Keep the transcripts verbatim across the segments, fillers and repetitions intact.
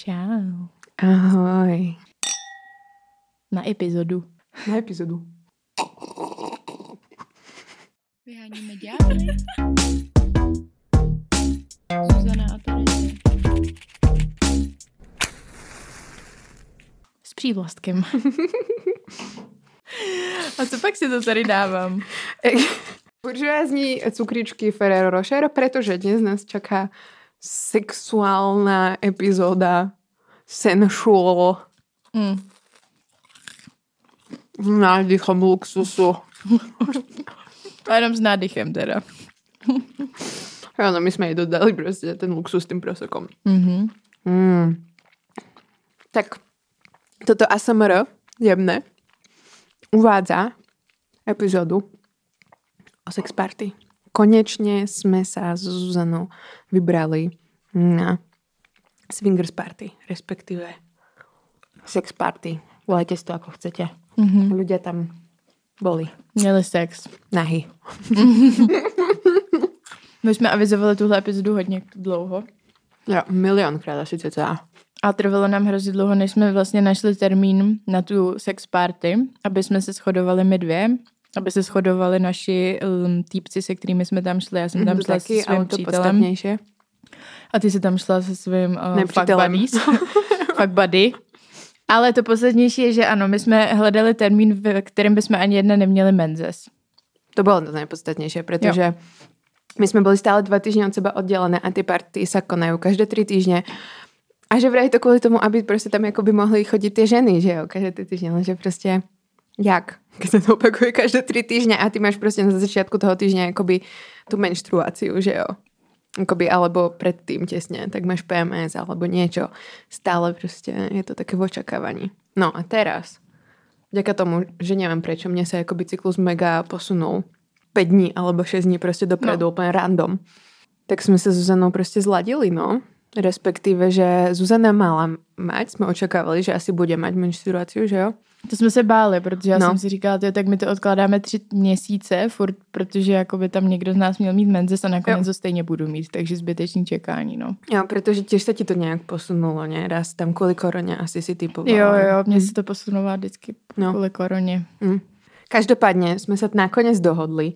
Čau. Ahoj. Na epizodu. Na epizodu. Vyháníme ďábly. Zuzana a Terezie. S přívlastkem. A co pak si to tady dávám? Buržoázní cukričky Ferrero Rocher, pretože dnes nás čaká sexuálna epizóda sensual. Mm. S nádychom luxusu. A jenom s nádychem teda. Áno, my sme jej dodali proste ten luxus s tým prosekom. Mm-hmm. Mm. Tak, toto á es em er jemné uvádza epizódu o sex party. Konečne sme sa s Zuzanou vybrali na swingers party, respektíve sex party. Volajte si to, ako chcete. Mm-hmm. Ľudia tam boli. Měli sex. Nahy. My jsme avizovali tuhle epizodu hodně dlouho. Jo, milionkrát asi cca. A trvalo nám hrozně dlouho, než jsme vlastně našli termín na tu sex party, aby jsme se shodovali my dvě, aby se shodovali naši um, týpci, se kterými jsme tam šli. Já jsem tam šla se svým přítelem. A ty jsi tam šla se svým uh, fuck buddies. Fuck buddy. Ale to poslednější je, že ano, my jsme hledali termín, v kterém bychom ani jedna neměli menzes. To bolo to najpodstatnejšie, pretože jo. My sme boli stále dva týždne od seba oddelené a tie party sa konajú každé tri týždne. A že vraj to kvôli tomu, aby proste tam akoby mohli chodiť tie ženy, že jo, každé tri týždne, lenže proste jak? Keď sa to opakuje každé tri týždne a ty máš proste na začiatku toho týždňa akoby tú menštruáciu, že jo. Akoby, alebo predtým tesne, tak máš pé em es alebo niečo. Stále proste je to také v očakávaní. No a teraz, vďaka tomu, že neviem prečo, mne sa akoby cyklus mega posunul päť dní alebo šesť dní proste dopredu, no. Úplne random. Tak sme sa s Zuzanou proste zladili, no. Respektíve, že Zuzana mala mať, sme očakávali, že asi bude mať menštruáciu, že jo? To jsme se báli, protože já no. jsem si říkala, tyjo, tak my to odkládáme tři měsíce, furt, protože jakoby tam někdo z nás měl mít menzes a nakonec to stejně budu mít, takže zbytečný čekání, no. Jo, protože těž se ti to nějak posunulo, ne? Raz tam kvůli koroně asi si typovala. Jo, jo, mně se to posunová vždycky no. kvůli koroně. Mm. Každopádně jsme se nakonec dohodli,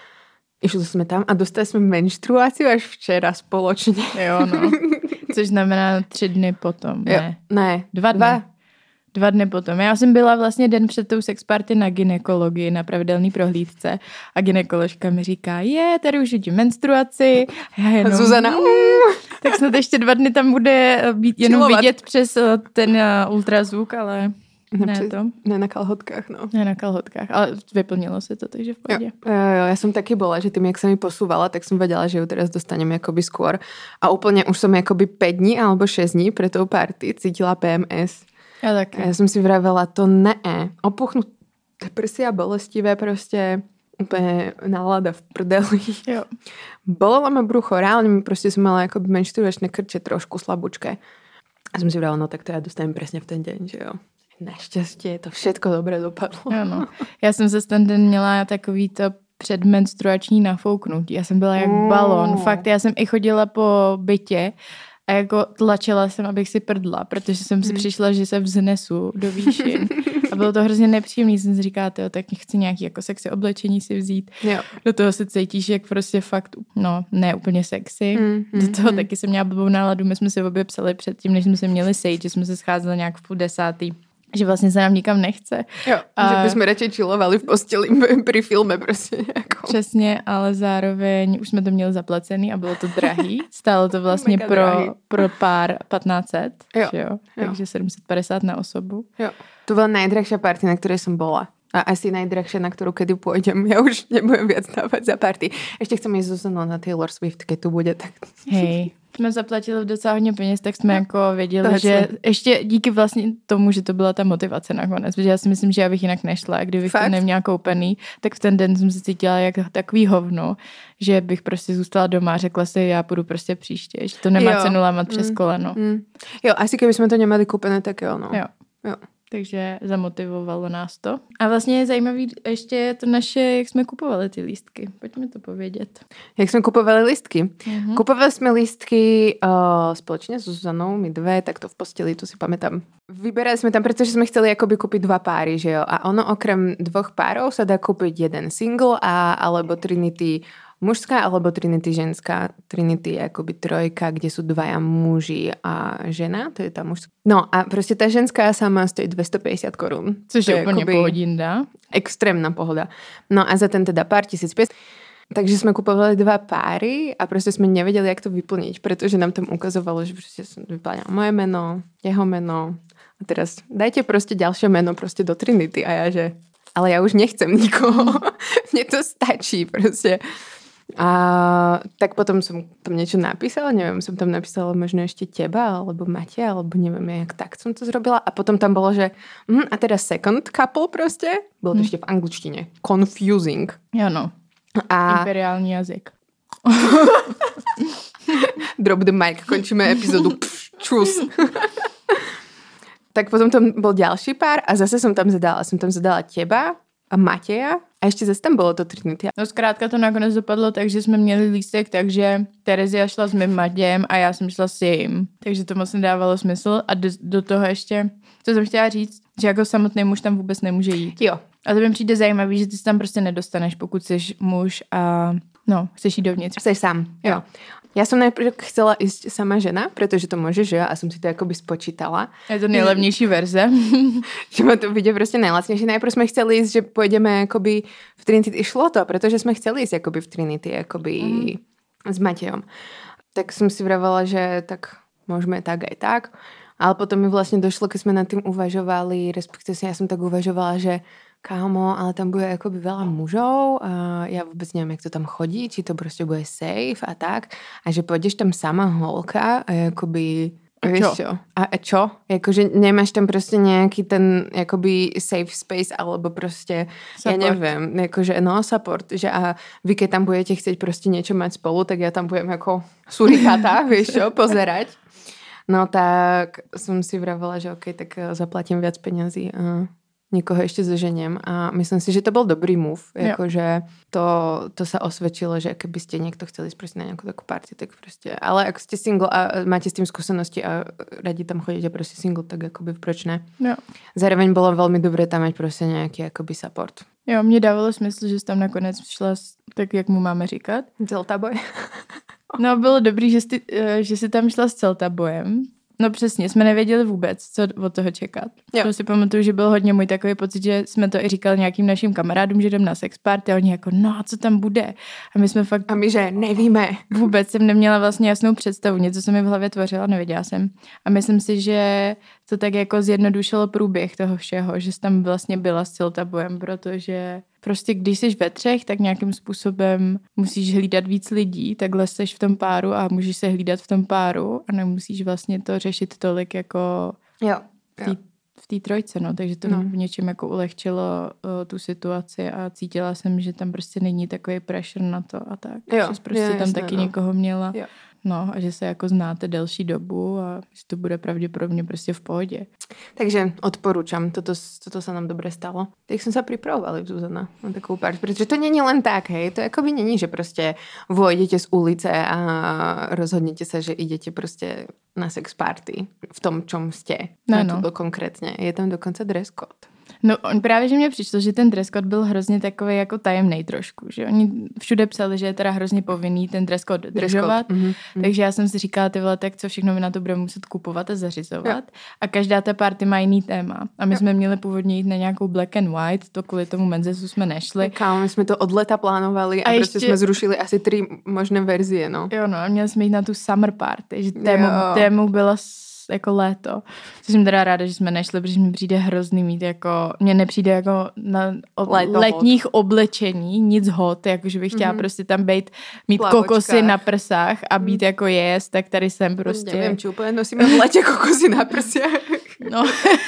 išli jsme tam a dostali jsme menštruáciu až včera spoločně. Jo, no. Což znamená tři dny potom, jo. ne? Ne. Dva dny. Dva. Dva dny potom. Já jsem byla vlastně den před tou sexparty na gynekologii, na pravidelný prohlídce a gynekoložka mi říká, je, tady už vidím menstruaci. Já jenom, Zuzana. Tak snad ještě dva dny tam bude být jenom Čilovat. Vidět přes ten ultrazvuk, ale ne, ne to. Ne na kalhotkách, no. Ne na kalhotkách, ale vyplnilo se to, takže v pohodě. Jo, jo, jo, já jsem taky bola, že tým, jak sa mi posúvala, tak som vedela, že ju teraz dostanem jakoby skôr. A úplne už som jakoby päť dní alebo šesť dní pre tou party cítila pé em es. Já taky. A já jsem si vravela, to ne, opuchnuté prsy a bolestivé prostě úplně nálada v prdeli. Jo. Bolelo ma brucho, reálne mi prostě som mala akoby menštruačné krče trošku slabúčké. A som si vravela, no tak to ja dostanem presne v ten deň, že jo. Naštěstí to všetko dobře dopadlo. Ano. Já jsem se ten den měla takový to předmenstruační nafouknutí. Já jsem byla jak mm. balon. Fakt, já jsem i chodila po bytě a jako tlačila jsem, abych si prdla, protože jsem si mm. přišla, že se vznesu do výšin. A bylo to hrozně nepříjemný. Jsem si říkala, tyjo, tak chci nějaký jako sexy oblečení si vzít. Jo. Do toho se cítíš jak prostě fakt, no, ne úplně sexy. Mm, mm, do toho mm. taky jsem měla blbou náladu. My jsme si obě psali předtím, než jsme se měli sejít, že jsme se scházeli nějak v půl desátý. Že vlastně se nám nikam nechce. Jo, a... že bychom radši chillovali v posteli pri filme prostě. Jako. Přesně, ale zároveň už jsme to měli zaplacený a bylo to drahý. Stálo to vlastně pro, pro pár patnáct set, jo. Že jo? Takže sedm set padesát na osobu. Jo. To byla najdrahšia party, na ktorej som bola. A asi najdrahšia, na ktorú kedy pôjdem. Ja už nebudem viac dávať za party. Ešte chcem ísť Zuzanu na Taylor Swift, keď tu bude. Tak... Hej. Jsme zaplatili docela hodně peněz, tak jsme jako věděli, to že jsme. Ještě díky vlastně tomu, že to byla ta motivace nakonec, protože já si myslím, že já bych jinak nešla. Kdybych Fakt? to neměla koupený, tak v ten den jsem se cítila jak takový hovno, že bych prostě zůstala doma a řekla si, já půjdu prostě příště, že to nemá jo. cenu lámat mm. přes koleno. Mm. Jo, asi keby jsme to neměli koupené, tak jo, no. Jo. Jo. takže zamotivovalo nás to. A vlastně je zajímavý ještě to naše, jak jsme kupovali ty lístky. Pojďme to povědět. Jak jsme kupovali lístky? Mm-hmm. Kupovali jsme lístky uh, společně s Zuzanou, my dve, tak to v posteli, to si pamätám. Vyberali sme tam, pretože sme chceli akoby kúpiť dva páry, že jo? A ono okrem dvoch párov sa dá kúpiť jeden single a, alebo Trinity mužská alebo Trinity ženská. Trinity je akoby trojka, kde sú dvaja muži a žena, to je tá mužská. No a proste tá ženská sama stojí dvestopäťdesiat korún. Což je úplne pohodinda. Extrémna pohoda. No a za ten teda pár tisícpäťsto. Takže sme kupovali dva páry a proste sme nevedeli, jak to vyplniť, pretože nám tam ukazovalo, že proste som vyplňala moje meno, jeho meno. A teraz dajte proste ďalšie meno proste do Trinity. A ja, že ale ja už nechcem nikoho. Mne to stačí proste. A tak potom som tam niečo napísala, neviem, som tam napísala možno ešte teba, alebo Matia, alebo neviem, jak tak som to zrobila. A potom tam bolo, že hm, a teda second couple proste. Bolo to hm. ešte v angličtine. Confusing. Jo, no. A... Imperiální jazyk. Drop the mic, končíme epizodu. Pš, čus. Tak potom tam bol ďalší pár a zase som tam zadala. Som tam zadala teba a Mateja a ešte zase tam bolo to Trinity. No zkrátka to nakonec dopadlo tak, že jsme měli lístek, takže Terezia šla s mým Matějem a já jsem šla s jejím. Takže to moc nedávalo smysl a do, do toho ještě, co jsem chtěla říct, že jako samotný muž tam vůbec nemůže jít. Jo. A to mi přijde zajímavý, že ty se tam prostě nedostaneš, pokud jsi muž a no, chceš jít dovnitř. Jsi sám, jo. Ja som najprv chcela ísť sama žena, pretože to môže, že? A som si to akoby spočítala. Je to nejlevnější verze. Že ma to vyjde proste najlacnejšie. Najprv sme chceli ísť, že pôjdeme akoby v Trinity. Išlo to, pretože sme chceli ísť akoby v Trinity, akoby mm. s Matejom. Tak som si vravala, že tak môžeme tak aj tak. Ale potom mi vlastne došlo, keď sme nad tým uvažovali, respektíve ja som tak uvažovala, že kámo, ale tam bude akoby veľa mužov a ja vôbec neviem, jak to tam chodí, či to proste bude safe a tak. A že pôjdeš tam sama holka a akoby... A vieš čo? čo? A, a čo? Jakože nemáš tam proste nejaký ten akoby safe space alebo proste, support. Ja neviem, akože no support, že a vy keď tam budete chcieť proste niečo mať spolu, tak ja tam budem ako surikata, vieš čo, pozerať. No tak som si vravela, že okej, okay, tak zaplatím viac peňazí a niekoho ešte zoženiem a myslím si, že to bol dobrý move. Jakože to, to sa osvedčilo, že keby ste niekto chceli ísť proste na nejakú takú party, tak proste, ale ako ste single a máte s tým skúsenosti a radi tam chodíte proste single, tak akoby proč ne. Jo. Zároveň bolo veľmi dobré tam mať proste nejaký akoby support. Jo, mně dávalo smysl, že jsi tam nakonec šla tak, jak mu máme říkat. Celta boy. No, bylo dobrý, že jsi, že jsi tam šla s Celta bojem. No přesně, jsme nevěděli vůbec, co od toho čekat. Jo. To si pamatuju, že byl hodně můj takový pocit, že jsme to i říkali nějakým našim kamarádům, že jdem na sex party a oni jako, no a co tam bude? A my jsme fakt... A my, že nevíme. Vůbec jsem neměla vlastně jasnou představu, něco se mi v hlavě tvořila, nevěděla jsem. A myslím si, že to tak jako zjednodušilo průběh toho všeho, že jsi tam vlastně byla s Celta bojem, protože... Prostě když jsi ve třech, tak nějakým způsobem musíš hlídat víc lidí, takhle jsi v tom páru a můžeš se hlídat v tom páru a nemusíš vlastně to řešit tolik jako jo, jo. v té trojce, no. Takže to no. v něčem jako ulehčilo uh, tu situaci a cítila jsem, že tam prostě není takový pressure na to a tak. Jo, že prostě je, tam jasné, taky no. někoho měla. Jo. No a že se jako znáte delší dobu a že to bude pravděpodobně prostě v pohodě. Takže odporúčam, toto, toto sa nám dobre stalo. Tak som sa pripravovali, Zuzana, na takú party, pretože to není len tak, hej, to akoby není, že proste vojdete z ulice a rozhodnete sa, že idete proste na sex party v tom, čom ste. No, na no. Konkrétně. Je tam dokonce dress code. No on právě, že mně přišlo, že ten dress code byl hrozně takový jako tajemnej trošku, že oni všude psali, že je teda hrozně povinný ten dress code dodržovat, mm-hmm. takže já jsem si říkala, ty vole, tak co všechno my na to budeme muset kupovat a zařizovat jo. A každá ta party má jiný téma a my jo. jsme měli původně jít na nějakou black and white, to kvůli tomu menzesu jsme nešli. Kámo, my jsme to od leta plánovali a, a prostě ještě... jsme zrušili asi tři možné verzie, no. Jo, no a měli jsme jít na tu summer party, že tému, tému byla jako léto. Což jsem teda ráda, že jsme nešli, protože mi přijde hrozný mít jako, mně nepřijde jako na ob, letních hot. Oblečení, nic hot, jako že bych chtěla mm-hmm. prostě tam být, mít Plavočka. Kokosy na prsách a být mm. jako jest, tak tady jsem prostě. Nevím, či úplně nosíme v letě kokosy na prsách. No.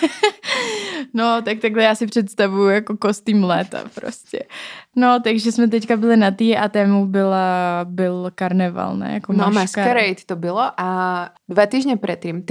No, tak takhle já si představuju jako kostým léta prostě. No, takže jsme teďka byli na tý a tému byla, byl karneval, ne? Jako no, masquerade to bylo a dva týždne predtým, tri.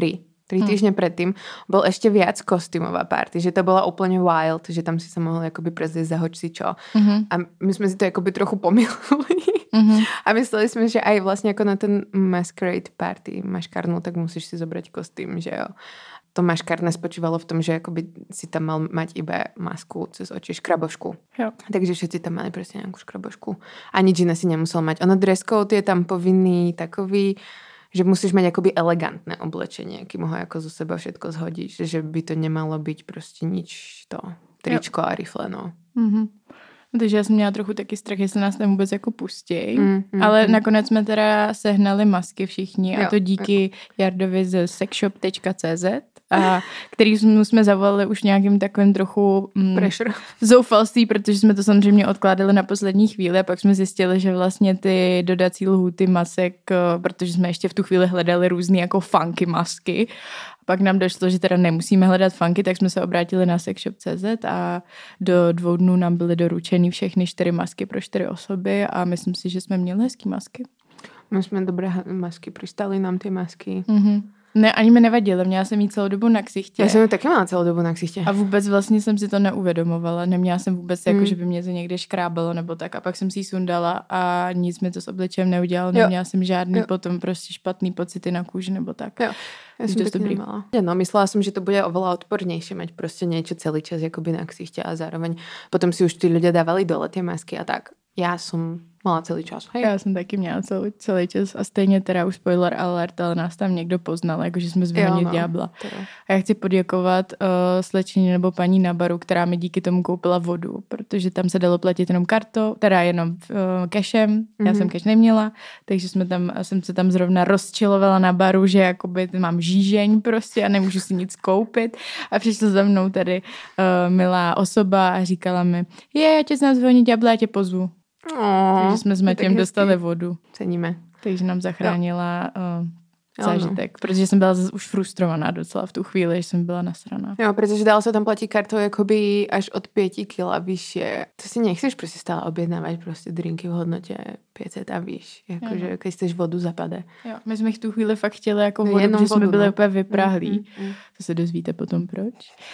Tri týždne predtým bol ešte viac kostýmová party, že to bola úplne wild, že tam si sa mohli akoby prezliecť za hoď si čo. Mm-hmm. A my sme si to akoby trochu pomýlili. Mm-hmm. A mysleli sme, že aj vlastne ako na ten masquerade party maškarnú, tak musíš si zobrať kostým, že jo. To maškarné spočívalo v tom, že akoby si tam mal mať iba masku cez oči, škrabošku. Jo. Takže všetci tam mali proste nejakú škrabošku. A nič iné si nemusel mať. Ono dress code je tam povinný takový, že musíš mať akoby elegantné oblečenie, kým ho ako zo seba všetko zhodíš, že by to nemalo byť proste nič to tričko jo. A rifle, no. Mm-hmm. Takže já jsem měla trochu taky strach, jestli nás tam vůbec jako pustěj, mm, mm, ale mm. nakonec jsme teda sehnali masky všichni jo, a to díky jo. Jardovi z sexshop tečka cé zet, a který jsme zavolali už nějakým takovým trochu mm, zoufalství, protože jsme to samozřejmě odkládali na poslední chvíli a pak jsme zjistili, že vlastně ty dodací lhůty masek, protože jsme ještě v tu chvíli hledali různý jako funky masky, pak nám došlo, že teda nemusíme hledat funky, tak jsme se obrátili na sexshop tečka cé zet a do dvou dnů nám byly doručeny všechny čtyři masky pro čtyři osoby a myslím si, že jsme měli hezký masky. My jsme dobré masky, přistali nám ty masky. Mm-hmm. Ne, ani mi nevadily, měla jsem jí celou dobu na ksichtě. Já jsem ji taky měla celou dobu na ksichtě. A vůbec vlastně jsem si to neuvědomovala, neměla jsem vůbec mm. jako, že by mě to někde škrábalo nebo tak a pak jsem si ji sundala a nic mi to s obličejem neudělalo, neměla jo. jsem žádný jo. potom prostě špatný pocity na kůži nebo tak. Jo. Ja som to nemala. No, myslela som, že to bude oveľa odpornejšie mať proste niečo celý čas akoby na ksichte a zároveň potom si už tí ľudia dávali dole tie masky a tak. Já jsem mala celý čas. Hej. Já jsem taky měla celý, celý čas a stejně teda už spoiler alert, ale nás tam někdo poznal, jakože jsme zvonili no, ďábla. A já chci poděkovat uh, slečně nebo paní na baru, která mi díky tomu koupila vodu, protože tam se dalo platit jenom kartou, teda jenom uh, cashem, mm-hmm. já jsem cash neměla, takže jsme tam, jsem se tam zrovna rozčilovala na baru, že jakoby mám žížeň prostě a nemůžu si nic koupit a přišla za mnou tady uh, milá osoba a říkala mi, je, já tě znám zvoní ďábla, já tě pozvu. Oh, takže jsme s Matějem dostali vodu. Ceníme. Takže nám zachránila uh, zážitek, no. Protože jsem byla už frustrovaná docela v tu chvíli, že jsem byla nasraná. Jo, protože dalo se tam platit kartou jakoby až od pěti kila vyššie. To si nechceš prostě stále objednávat prostě drinky v hodnotě pět set a výš. Jakože když chceš vodu zapade. Jo, my jsme v tu chvíli fakt chtěli jako vodu, no, protože vodu, jsme byli no. úplně vyprahlí. Mm, mm, mm. To se dozvíte potom proč.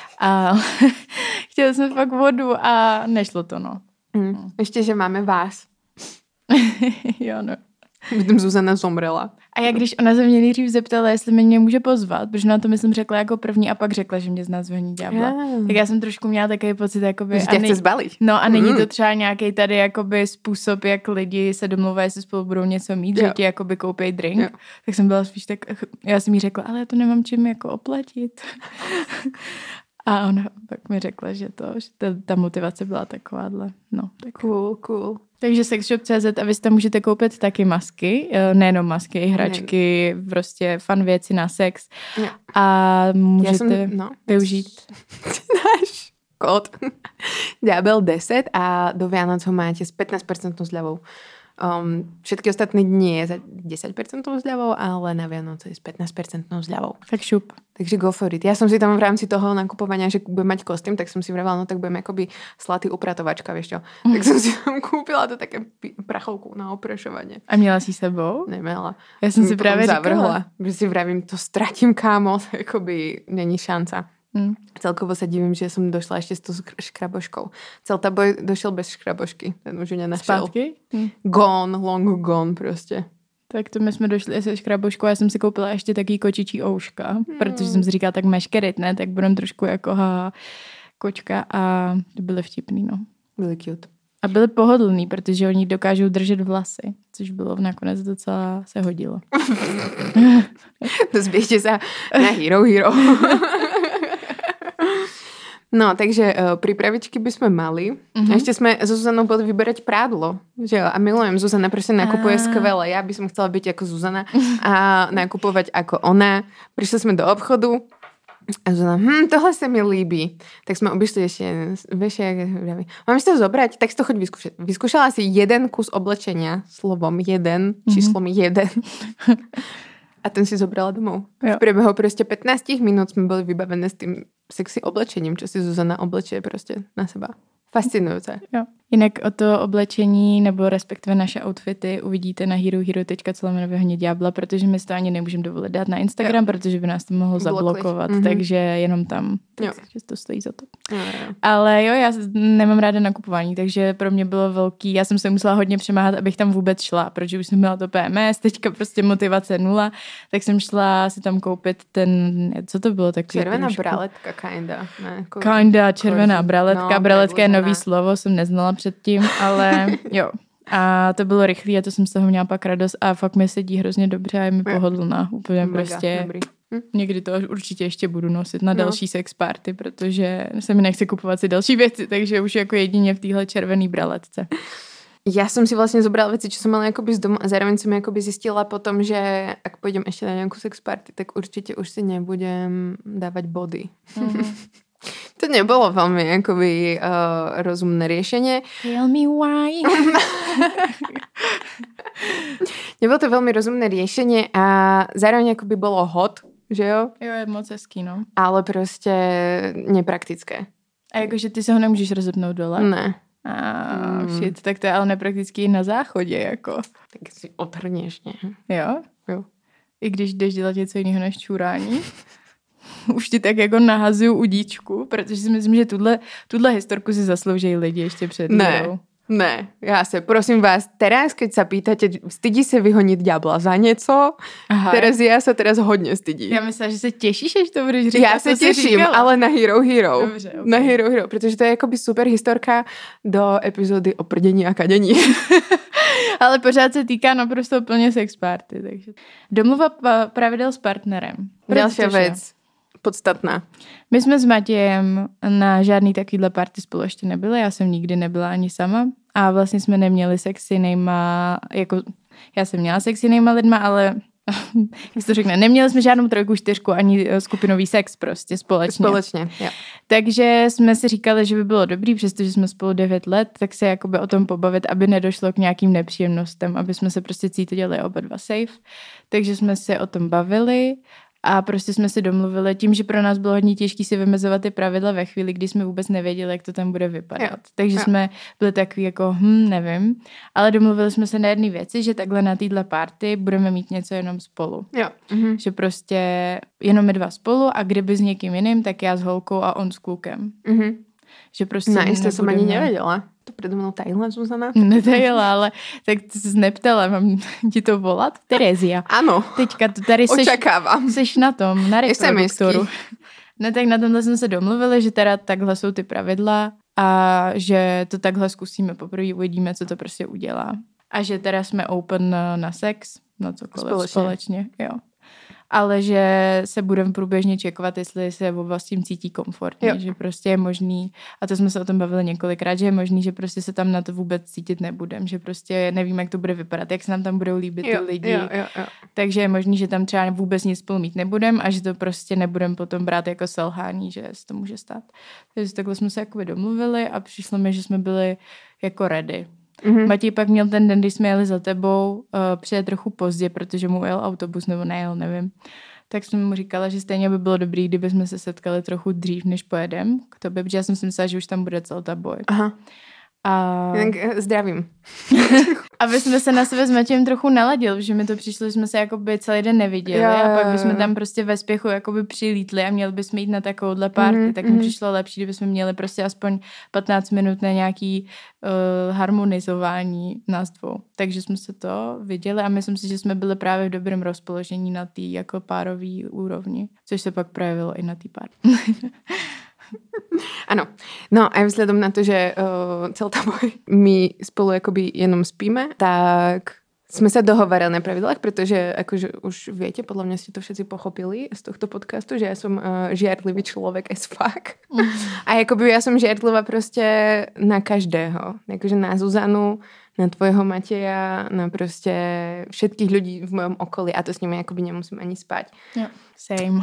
A chtěli jsme fakt vodu a nešlo to, no. Mm. No. Ještě, že máme vás. Jo, no. Potom Zuzana zomrela. A jak když ona se mě nejdřív zeptala, jestli mě může pozvat, protože na to myslím řekla jako první a pak řekla, že mě z nás zvoní ďábla. Yeah. Tak já jsem trošku měla takový pocit, jakoby... Že tě chce zbalit. No a není mm. to třeba nějaký tady jakoby způsob, jak lidi se domluvají, jestli spolu budou něco mít, jo. že ti jakoby koupí drink. Jo. Tak jsem byla spíš tak... Já jsem jí řekla, ale já to nemám čím jako oplatit. A ona pak mi řekla, že to, že ta, ta motivace byla takováhle. No, tak. Cool, cool. Takže sexshop tečka cé zet a vy tam můžete koupit taky masky, nejenom masky, i hračky, ne. prostě fun věci na sex. Ne. A můžete jsem, no, využít náš kód ďábel deset a do Vianoc ho máte s pätnásť percent zľavou. Um, všetky ostatné dni je za desať percent zľavou, ale na Vianoce je s pätnásť percent zľavou. Tak šup. Takže go for it. Ja som si tam v rámci toho nakupovania, že budem mať kostým, tak som si vravala, no tak budem akoby slatý upratovačka, vieš čo. Mm. Tak som si tam kúpila to také prachovku na oprašovanie. A měla si sebou? Nemela. Ja som si práve zavrhla. Že si vravím, to stratím, kámo, to akoby není šanca. Hmm. Celkovo sa divím, že som došla ešte s tou škraboškou. Celta boj došiel bez škrabošky. Ten už ju nenašel. Zpátky? Hmm. Gone, long gone prostě. Tak to my jsme došli se škraboškou. Já jsem si koupila ještě taky kočičí ouška, hmm. protože jsem si říkala, tak meškerit, ne? Tak budem trošku jako ha, kočka a to byly vtipný, no. Byly cute. A byly pohodlný, protože oni dokážou držet vlasy, což bylo nakonec docela se hodilo. Dozběžte se na Hero Hero. No, takže uh, prípravičky by sme mali. Uh-huh. Ešte sme so Zuzanou boli vyberať prádlo. Že jo? A milujem, Zuzana proste nakupuje a... skvele. Ja by som chcela byť ako Zuzana a nakupovať ako ona. Prišli sme do obchodu a Zuzana, hm, tohle sa mi líbí. Tak sme obišli ešte, vieš, jak vraví, mám si to zobrať? Tak si to choď vyskúšať. Vyskúšala si jeden kus oblečenia, slovom jeden, uh-huh. číslom jeden. A ten si zobrala domov. Jo. V priebehu proste pätnásť minút sme boli vybavené s tým sexy oblečením, čo si Zuzana oblečie proste na seba. Fascinujúce. Jo. Jinak o to oblečení nebo respektive naše outfity uvidíte na herohero tečka co lomeno vyhonět ďábla, protože my to ani nemůžeme dovolit dát na Instagram, jo. protože by nás to mohlo zablokovat, mm-hmm. takže jenom tam. Takže to stojí za to. Jo, jo. Ale jo, já nemám ráda nakupování, takže pro mě bylo velký, já jsem se musela hodně přemáhat, abych tam vůbec šla, protože už jsem měla to P M S, teďka prostě motivace nula, tak jsem šla si tam koupit ten, co to bylo takový? Červená braletka, kinda. Ne, jako kinda, červená koží. braletka, no, braletka je nový slovo, jsem neznala předtím, ale jo. A to bylo rychlý a to jsem z toho měla pak radost a fakt mi sedí hrozně dobře a je mi pohodlná. Úplně mega, prostě. Dobrý. Hm? Někdy to určitě ještě budu nosit na další no. sex party, protože se mi nechce kupovat si další věci, takže už jako jedině v téhle červený braletce. Ja som si vlastne zobrala veci, čo som mala akoby z domu a zároveň som akoby zistila potom, že ak pôjdem ešte na nejakú sex party, tak určite už si nebudem dávať body. Mm-hmm. To nebolo veľmi akoby uh, rozumné riešenie. Tell me why. Nebolo to veľmi rozumné riešenie a zároveň akoby bolo hot, že jo? Jo, je moc hezký, no. Ale prostě nepraktické. A jakože ty se ho nemůžeš rozepnout dole? Ne. Ah, mm. shit, tak to je ale nepraktický na záchodě, jako. Tak si otrhneš, ne? Jo? Jo. I když jdeš dělat něco jiného než čurání. Už ti tak jako nahazuju udíčku, protože si myslím, že tuhle, tuhle historku si zaslouží lidi ještě před ne. hrou. Ne, já se, prosím vás, teraz, keď sa pýtate, stydí se vyhonit ďábla za něco? Aha. Terezia se teraz hodně stydí. Já myslím, že se těšíš, až to budeš říkat. Já se těším, ale na Hero Hero. Dobře, okay. Na Hero Hero, protože to je jakoby super historka do epizody o prdění a kadení. Ale pořád se týká naprosto úplně sex party. Takže. Domluva pravidel s partnerem. Další věc. Podstatná. My jsme s Matějem na žádný takovýhle party spolu ještě nebyli, já jsem nikdy nebyla ani sama a vlastně jsme neměli sex s jinýma, jako já jsem měla sex s jinýma lidma, ale jak to řekne, neměli jsme žádnou trojku, čtyřku ani skupinový sex prostě společně. Společně, jo. Takže jsme si říkali, že by bylo dobrý, přestože jsme spolu devět let, tak se jakoby o tom pobavit, aby nedošlo k nějakým nepříjemnostem, aby jsme se prostě cítili oba dva safe. Takže jsme se o tom bavili. A prostě jsme si domluvili tím, že pro nás bylo hodně těžké si vymezovat ty pravidla ve chvíli, kdy jsme vůbec nevěděli, jak to tam bude vypadat. Jo. Takže jo. jsme byli takový jako, hm, nevím. Ale domluvili jsme se na jedné věci, že takhle na téhle party budeme mít něco jenom spolu. Jo. Mhm. Že prostě jenom my dva spolu a kdyby s někým jiným, tak já s holkou a on s klukem. Mhm. Že prostě no, jestli jsem ani nevěděla. To přede mnou tajila Zuzana. Netajila, ale tak ty jsi neptala, mám ti to volat? Terezia. Ano. Teďka to tady seš, očekávám. Seš na tom, na reproduktoru. No tak na tomhle jsme se domluvili, že teda takhle jsou ty pravidla a že to takhle zkusíme poprvé, uvidíme, co to prostě udělá. A že teda jsme open na sex, na cokoliv společně, společně jo. Ale že se budeme průběžně čekovat, jestli se oba s tím cítí komfortně, jo. Že prostě je možný, a to jsme se o tom bavili několikrát, že je možný, že prostě se tam na to vůbec cítit nebudeme, že prostě nevíme, jak to bude vypadat, jak se nám tam budou líbit jo, ty lidi, jo, jo, jo. Takže je možný, že tam třeba vůbec nic spolu mít nebudeme a že to prostě nebudeme potom brát jako selhání, že se to může stát. Takže takhle jsme se jakoby domluvili a přišlo mi, že jsme byli jako ready. Mm-hmm. Matěj pak měl ten den, když jsme jeli za tebou, uh, přijet trochu pozdě, protože mu jel autobus nebo nejel, nevím. Tak jsem mu říkala, že stejně by bylo dobrý, kdyby jsme se setkali trochu dřív, než pojedem k tobě, protože já jsem si myslela, že už tam bude celý ta boj. Aha. A... Zdravím. Aby jsme se na sebe s Matějem trochu naladili, že mi to přišlo, že jsme se jakoby celý den neviděli jo, a pak bychom tam prostě ve spěchu jakoby přilítli a měli bychom jít na takovouhle party, mm-hmm, tak mi mm-hmm. přišlo lepší, kdybychom měli prostě aspoň patnáct minut na nějaký uh, harmonizování nás dvou. Takže jsme se to viděli a myslím si, že jsme byli právě v dobrém rozpoložení na té jako párový úrovni, což se pak projevilo i na té party. Ano. No a vzhledem na to, že uh, celá ta boj my spolu jakoby jenom spíme, tak jsme se dohovarali na pravidlách, protože akože už viete, podľa mňa ste to všetci pochopili z tohto podcastu, že ja som uh, žiarlivý človek as fuck. Mm. A jakoby ja som žiarlivá prostě na každého. Jakože na Zuzanu, na tvojho Mateja, na prostě všetkých ľudí v mojom okolí a to s nimi jakoby nemusím ani spať. Jo, same.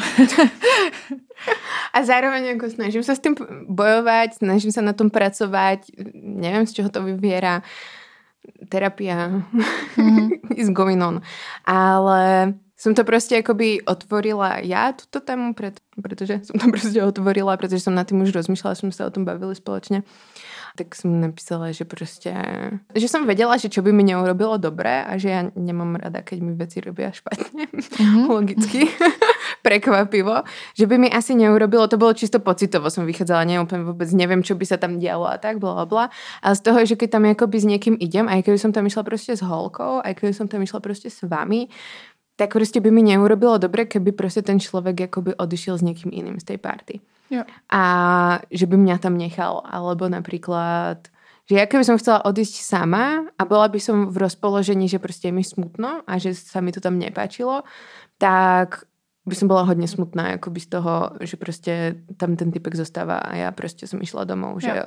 A zároveň jako snažím sa s tým bojovať, snažím sa na tom pracovať, neviem, z čoho to vyviera. Terapia mm-hmm. is going on. Ale som to proste akoby otvorila ja túto tému, pred, pretože som to proste otvorila, pretože som nad tým už rozmýšľala, som sa o tom bavili spoločne. Tak som napísala, že proste, že som vedela, že čo by mi neurobilo dobre a že ja nemám rada, keď mi veci robia špatne. Mm-hmm. Logicky. Prekvapivo. Že by mi asi neurobilo, to bolo čisto pocitovo, som vychádzala, neúplne vôbec neviem, čo by sa tam dialo a tak, blablabla. Ale z toho, že keď tam akoby s niekým idem, aj keby som tam išla proste s holkou, aj keby som tam išla proste s vami, tak proste by mi neurobilo dobre, keby proste ten človek akoby odišiel s niekým iným z tej party. Jo. A že by mňa tam nechal. Alebo napríklad, že ja keby som chcela odísť sama a bola by som v rozpoložení, že proste je mi smutno a že sa mi to tam nepáčilo, tak by som bola hodne smutná akoby z toho, že proste tam ten typek zostáva a ja proste som išla domov, jo. Že jo.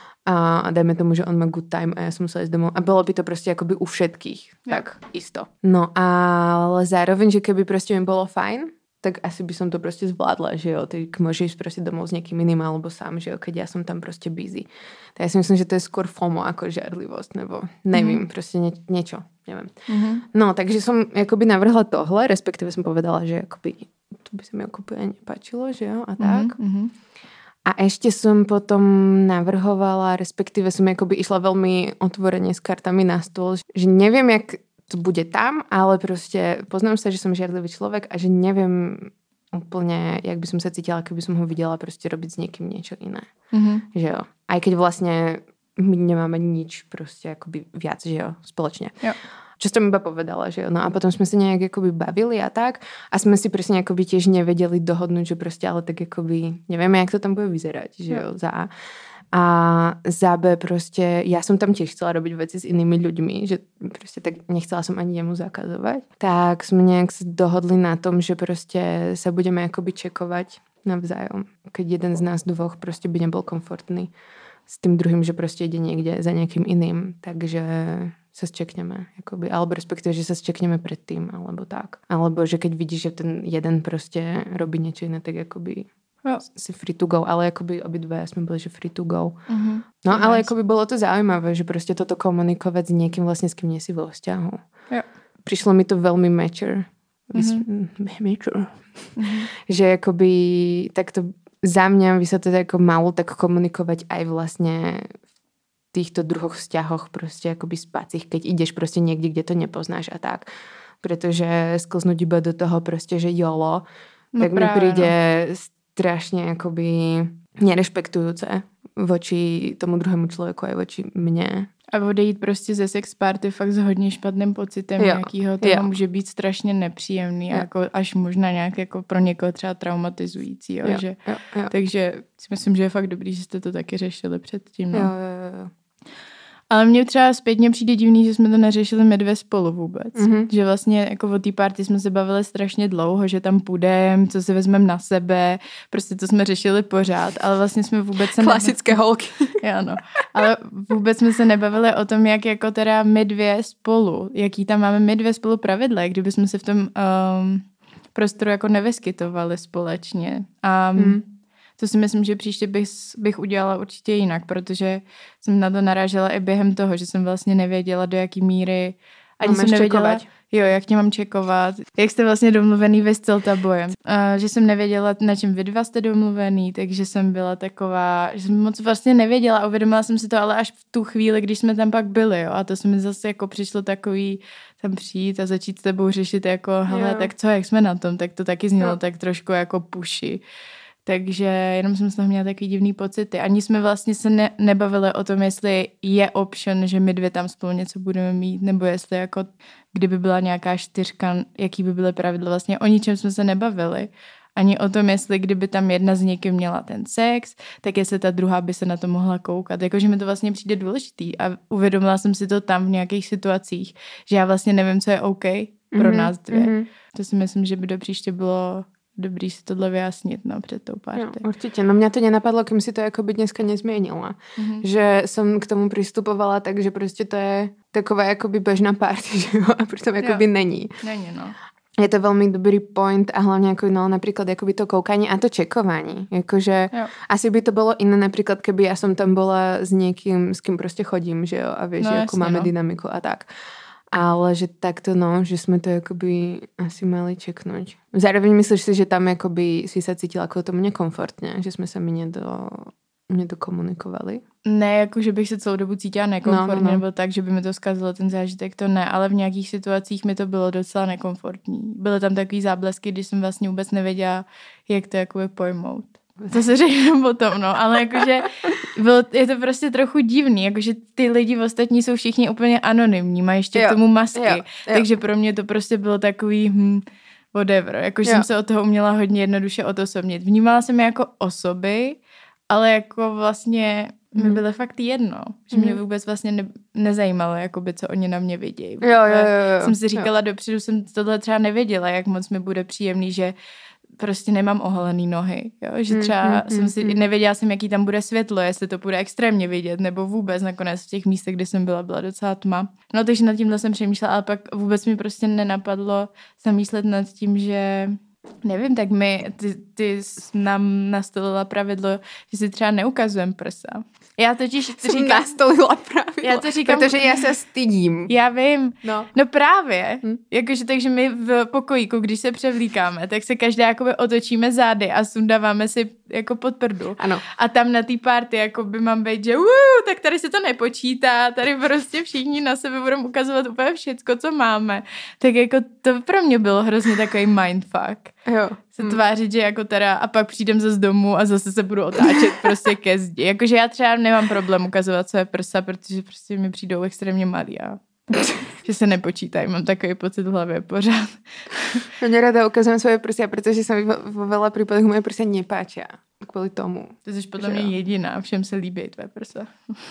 A dajme tomu, že on má good time a ja som musela ísť domov. A bolo by to proste akoby u všetkých. Ja. Tak isto. No ale zároveň, že keby proste mi bolo fajn, tak asi by som to proste zvládla, že jo. Ty môžeš ísť proste domov s niekým iným alebo sám, že jo, keď ja som tam proste busy. Tak ja si myslím, že to je skôr FOMO ako žiarlivosť, nebo neviem, mm-hmm. proste nie, niečo, neviem. Mm-hmm. No, takže som akoby navrhla tohle, respektíve som povedala, že akoby to by sa mi akoby nepáčilo, že jo, a tak. Mm-hmm. A ešte som potom navrhovala, respektíve som akoby išla veľmi otvorene s kartami na stôl, že neviem, jak to bude tam, ale proste poznám sa, že som žiarlivý človek a že neviem úplne, jak by som sa cítila, keby som ho videla proste robiť s niekým niečo iné. Mm-hmm. Že jo. Aj keď vlastne my nemáme nič proste akoby viac, že jo, spoločne. Jo. Čo som iba povedala, že jo. No a potom sme sa nejak akoby bavili a tak a sme si presne akoby tiež nevedeli dohodnúť, že proste ale tak akoby nevieme, jak to tam bude vyzerať, že jo, za A. A za B proste, ja som tam tiež chcela robiť veci s inými ľuďmi, že proste tak nechcela som ani jemu zakazovať. Tak sme nejak sa dohodli na tom, že proste sa budeme akoby čekovať navzájom. Keď jeden z nás dvoch proste by nebol komfortný s tým druhým, že proste ide niekde za nejakým iným. Takže sa zčekneme. Akoby, alebo respektíve, že sa zčekneme predtým, alebo tak. Alebo že keď vidíš, že ten jeden proste robí niečo iné, tak akoby jo. Si free to go. Ale akoby obidve sme boli, že free to go. Uh-huh. No ale nice. Akoby bolo to zaujímavé, že proste toto komunikovať s niekým vlastne, s kým nie si vo vzťahu. Jo. Prišlo mi to veľmi mature. Uh-huh. Mature. Uh-huh. Že akoby takto za mňa by sa to ako malo tak komunikovať aj vlastne v týchto druhoch vzťahoch proste akoby spacích, keď ideš proste niekde, kde to nepoznáš a tak. Pretože sklznúť iba do toho proste, že jolo, no tak práve, mi príde no. strašne akoby nerešpektujúce voči tomu druhému človeku aj voči mne. A odejít prostě ze sex party fakt s hodně špatným pocitem jo. nějakýho, to jo. může být strašně nepříjemný, a jako až možná nějak jako pro někoho třeba traumatizující. Jo, jo. Že, jo. Jo. Takže si myslím, že je fakt dobrý, že jste to taky řešili předtím. No. Jo, jo, jo. Ale mně třeba zpětně přijde divný, že jsme to neřešili my dvě spolu vůbec. Mm-hmm. Že vlastně jako o té party jsme se bavili strašně dlouho, že tam půjdeme, co si vezmeme na sebe, prostě to jsme řešili pořád, ale vlastně jsme vůbec se... Klasické nebavili. Holky. Ano, ale vůbec jsme se nebavili o tom, jak jako teda my dvě spolu, jaký tam máme my dvě spolu pravidla, kdyby jsme se v tom um, prostoru jako nevyskytovali společně. A mm. to si myslím, že příště bych, bych udělala určitě jinak, protože jsem na to narážela i během toho, že jsem vlastně nevěděla, do jaký míry ani jsem nevěděla, jo, jak tě mám čekovat, jak jste vlastně domluvený vy s Celtabojem. Uh, že jsem nevěděla, na čem vy dva jste domluvený, takže jsem byla taková, že jsem moc vlastně nevěděla a uvědomila jsem si to ale až v tu chvíli, když jsme tam pak byli, jo, a to se mi zase jako přišlo takový tam přijít a začít s tebou řešit jako, hele, tak co, jak jsme na tom, tak to taky znělo jo. tak trošku jako pushy. Takže jenom jsem z toho měla takový divný pocity. Ani jsme vlastně se ne, nebavili o tom, jestli je option, že my dvě tam spolu něco budeme mít, nebo jestli jako, kdyby byla nějaká čtyřka, jaký by byly pravidla. Vlastně o ničem jsme se nebavili. Ani o tom, jestli kdyby tam jedna z někým měla ten sex, tak jestli ta druhá by se na to mohla koukat. Jakože mi to vlastně přijde důležitý. A uvědomila jsem si to tam v nějakých situacích, že já vlastně nevím, co je OK pro mm-hmm, nás dvě. Mm-hmm. To si myslím, že by do příště bylo dobrý si tohle vyjasnit, no, před tou party. No, určite. No mňa to nenapadlo, kým si to akoby dneska nezmienila. Mm-hmm. Že som k tomu pristupovala tak, že proste to je taková akoby bežná party, že jo? A pritom akoby jo. není. Není, no. Je to veľmi dobrý point a hlavne ako, no, napríklad akoby to koukanie a to čekovanie. Akože asi by to bolo iné napríklad, keby ja som tam bola s niekým, s kým proste chodím, že jo? A vieš, no, že ako jasne, máme no. dynamiku a tak. Ale že takto no, že jsme to jakoby asi mali čeknout. Zároveň myslíš si, že tam jakoby si se cítila jako tomu nekomfortně, že jsme se mi nedo, nedokomunikovali? Ne, jako že bych se celou dobu cítila nekomfortně, no, no, no. nebo tak, že by mi to zkazilo ten zážitek, to ne, ale v nějakých situacích mi to bylo docela nekomfortní. Byly tam takový záblesky, když jsem vlastně vůbec nevěděla, jak to jakoby pojmout. To se řekne potom, no, ale jakože bylo, je to prostě trochu divný, jakože ty lidi ostatní jsou všichni úplně anonymní, mají ještě jo, k tomu masky, jo, jo. takže pro mě to prostě bylo takový hm, whatever, jakože jsem se od toho uměla hodně jednoduše odosobnit. Vnímala jsem je jako osoby, ale jako vlastně mi hmm. bylo fakt jedno, že hmm. mě vůbec vlastně ne, nezajímalo, jakoby, co oni na mě vidějí. Jo, jo, jo, jo. Jsem si říkala jo. dopředu, jsem tohle třeba nevěděla, jak moc mi bude příjemný, že prostě nemám oholený nohy, jo? Že třeba mm, mm, jsem si, mm. nevěděla jsem, jaký tam bude světlo, jestli to bude extrémně vidět, nebo vůbec nakonec v těch místech, kde jsem byla, byla docela tma. No takže nad tímhle jsem přemýšlela, ale pak vůbec mi prostě nenapadlo zamýšlet nad tím, že nevím, tak my, ty, ty nám nastolila pravidlo, že si třeba neukazujeme prsa. Já totiž říkám... nastolila pravidlo, já to říkám, protože já se stydím. Já vím. No, no právě. Hm? Jakože takže my v pokojíku, když se převlíkáme, tak se každá jakoby otočíme zády a sundáváme si jako pod prdu. Ano. A tam na té party jakoby mám být, že uu, tak tady se to nepočítá, tady prostě všichni na sebe budou ukazovat úplně všecko, co máme. Tak jako to pro mě bylo hrozně takový mindfuck. Jo. Se tvářit, že jako teda a pak přijdem zase domů a zase se budu otáčet prostě ke zdi. Jakože já třeba nemám problém ukazovat své prsa, protože prostě mi přijdou extrémně malý a že se nepočítají. Mám takový pocit v hlavě pořád. Já nerada ukazujem svoje prsia, protože se mi vo veľa prípadoch moje prsia nepáčia. Kvůli tomu. Ty jsi podle mě jediná, všem se líbí tvé prsa.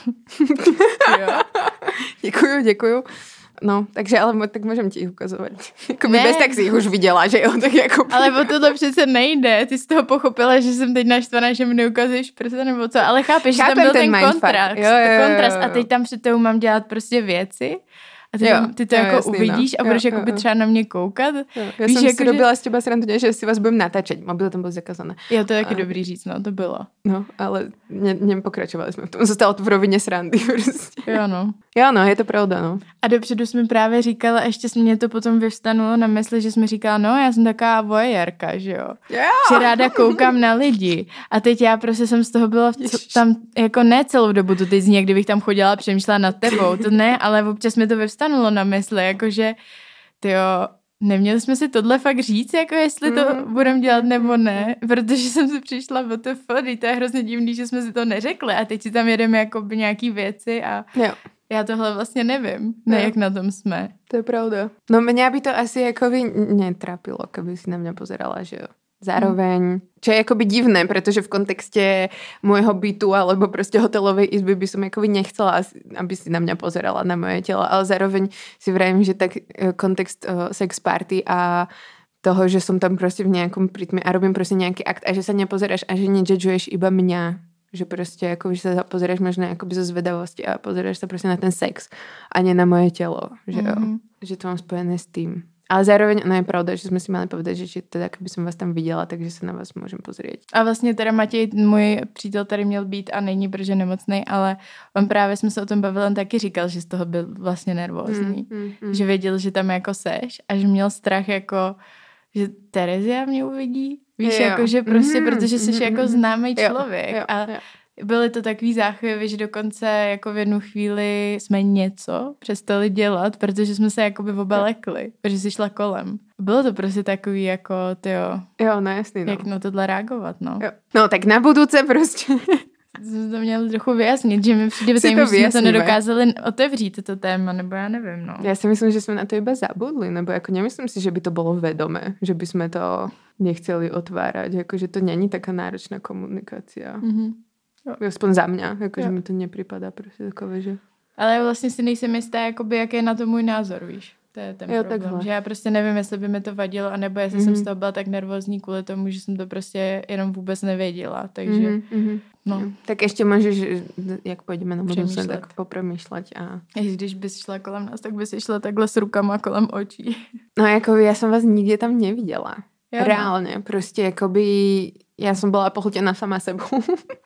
Jo. Děkuju, děkuju. No, takže ale tak můžem ti ich ukazovat. Jakoby bez tak si jich už viděla, že jo? Tak jako... Ale o tohle přece nejde. Ty z toho pochopila, že jsem teď naštvaná, že mi neukazuješ prsa nebo co. Ale chápeš, že tam byl ten, ten kontrast. Jo, jo, jo, kontrast. A teď tam před tebou mám dělat prostě věci. A ty, jo, ty to jo, jako jasný, uvidíš no. a budeš jako by třeba na mě koukat. Jo. Já Víš, jsem jako, si že... robila s těba srandu, že si vás budem natáčet. Mobil tam byl zakazané. Jo, to je taky a... dobrý říct, no, to bylo. No, ale ne, nepokračovali jsme v tom. Zostalo to v rovině srandy. Prostě. Jo, no. Jo, no, je to pravda, no. A dopředu jsme právě říkala, ještě mě to potom vyvstanulo na mysli, že jsme říkala, no, já jsem taková voyérka, že jo. Yeah. Že ráda koukám na lidi. A teď já prostě jsem z toho byla co, tam, jako ne celou dobu, to teď zní, kdybych tam chodila a přemýšlela nad tebou, to ne, ale občas mi to vyvstanulo na mysli, jakože, tyjo, neměli jsme si tohle fakt říct, jako jestli to mm. budeme dělat nebo ne, protože jsem si přišla o to fody, to je hrozně divný, že jsme si to neřekli a teď si tam jedeme jako nějaký věci a jo. Já tohle vlastně nevím, ne, jak na tom jsme. To je pravda. No mňa by to asi jakoby netrápilo, keby si na mňa pozerala, že jo. Zároveň, čo je akoby divné, pretože v kontexte môjho bytu alebo proste hotelovej izby by som akoby nechcela, aby si na mňa pozerala, na moje telo, ale zároveň si vravím, že tak kontext uh, sex party a toho, že som tam proste v nejakom rytme a robím proste nejaký akt a že sa nepozeráš a že nedžadžuješ iba mňa, že proste akoby sa pozeráš možno akoby zo zvedavosti a pozeráš sa proste na ten sex a nie na moje telo, že jo, mm-hmm. že to mám spojené s tým. Ale zároveň, no je pravda, že jsme si měli povedať, že či teda, kdyby jsem vás tam viděla, takže se na vás můžem pozrieť. A vlastně teda Matěj, můj přítel tady měl být a není, protože nemocnej, ale on právě jsme se o tom bavili, on taky říkal, že z toho byl vlastně nervózní. Mm, mm, mm. Že věděl, že tam jako seš a že měl strach jako, že Terezia mě uvidí. Víš, jako, že prostě, mm, protože jsi mm, jako známý člověk. Jo, jo, a jo. Byly to takový záchvěvy, že dokonce jako v jednu chvíli jsme něco přestali dělat, protože jsme se jakoby obalekli, protože jsi šla kolem. Bylo to prostě takový jako, tyjo. Jo, no jasný, no. Jak na tohle reagovat, no. Jo. No tak na budouce prostě. Jsme to měli trochu vyjasnit, že mi přijde, že jsme to nedokázali otevřít, to téma, nebo já nevím, no. Já si myslím, že jsme na to iba zabudli, nebo jako nemyslím si, že by to bylo vedomé, že by jsme to nechceli otvárať, jako že to není taká náročná komunikácia. Mhm. Aspoň za mě, jakože mi to nepřipadá prostě takové, že... Ale já vlastně si nejsem jistá, jakoby, jaký je na to můj názor, víš. To je ten jo, problém, takhle. Že já prostě nevím, jestli by mi to vadilo, anebo jestli mm-hmm. jsem z toho byla tak nervózní kvůli tomu, že jsem to prostě jenom vůbec nevěděla, takže mm-hmm. no. Tak ještě můžeš, jak půjdeme na budoucnost, tak popremýšlet a... Jež, když bys šla kolem nás, tak bys šla takhle s rukama kolem očí. No jako já jsem vás nikdy tam neviděla. Jo, reálně, no. Prostě jakoby já jsem byla pohltěna sama sebou.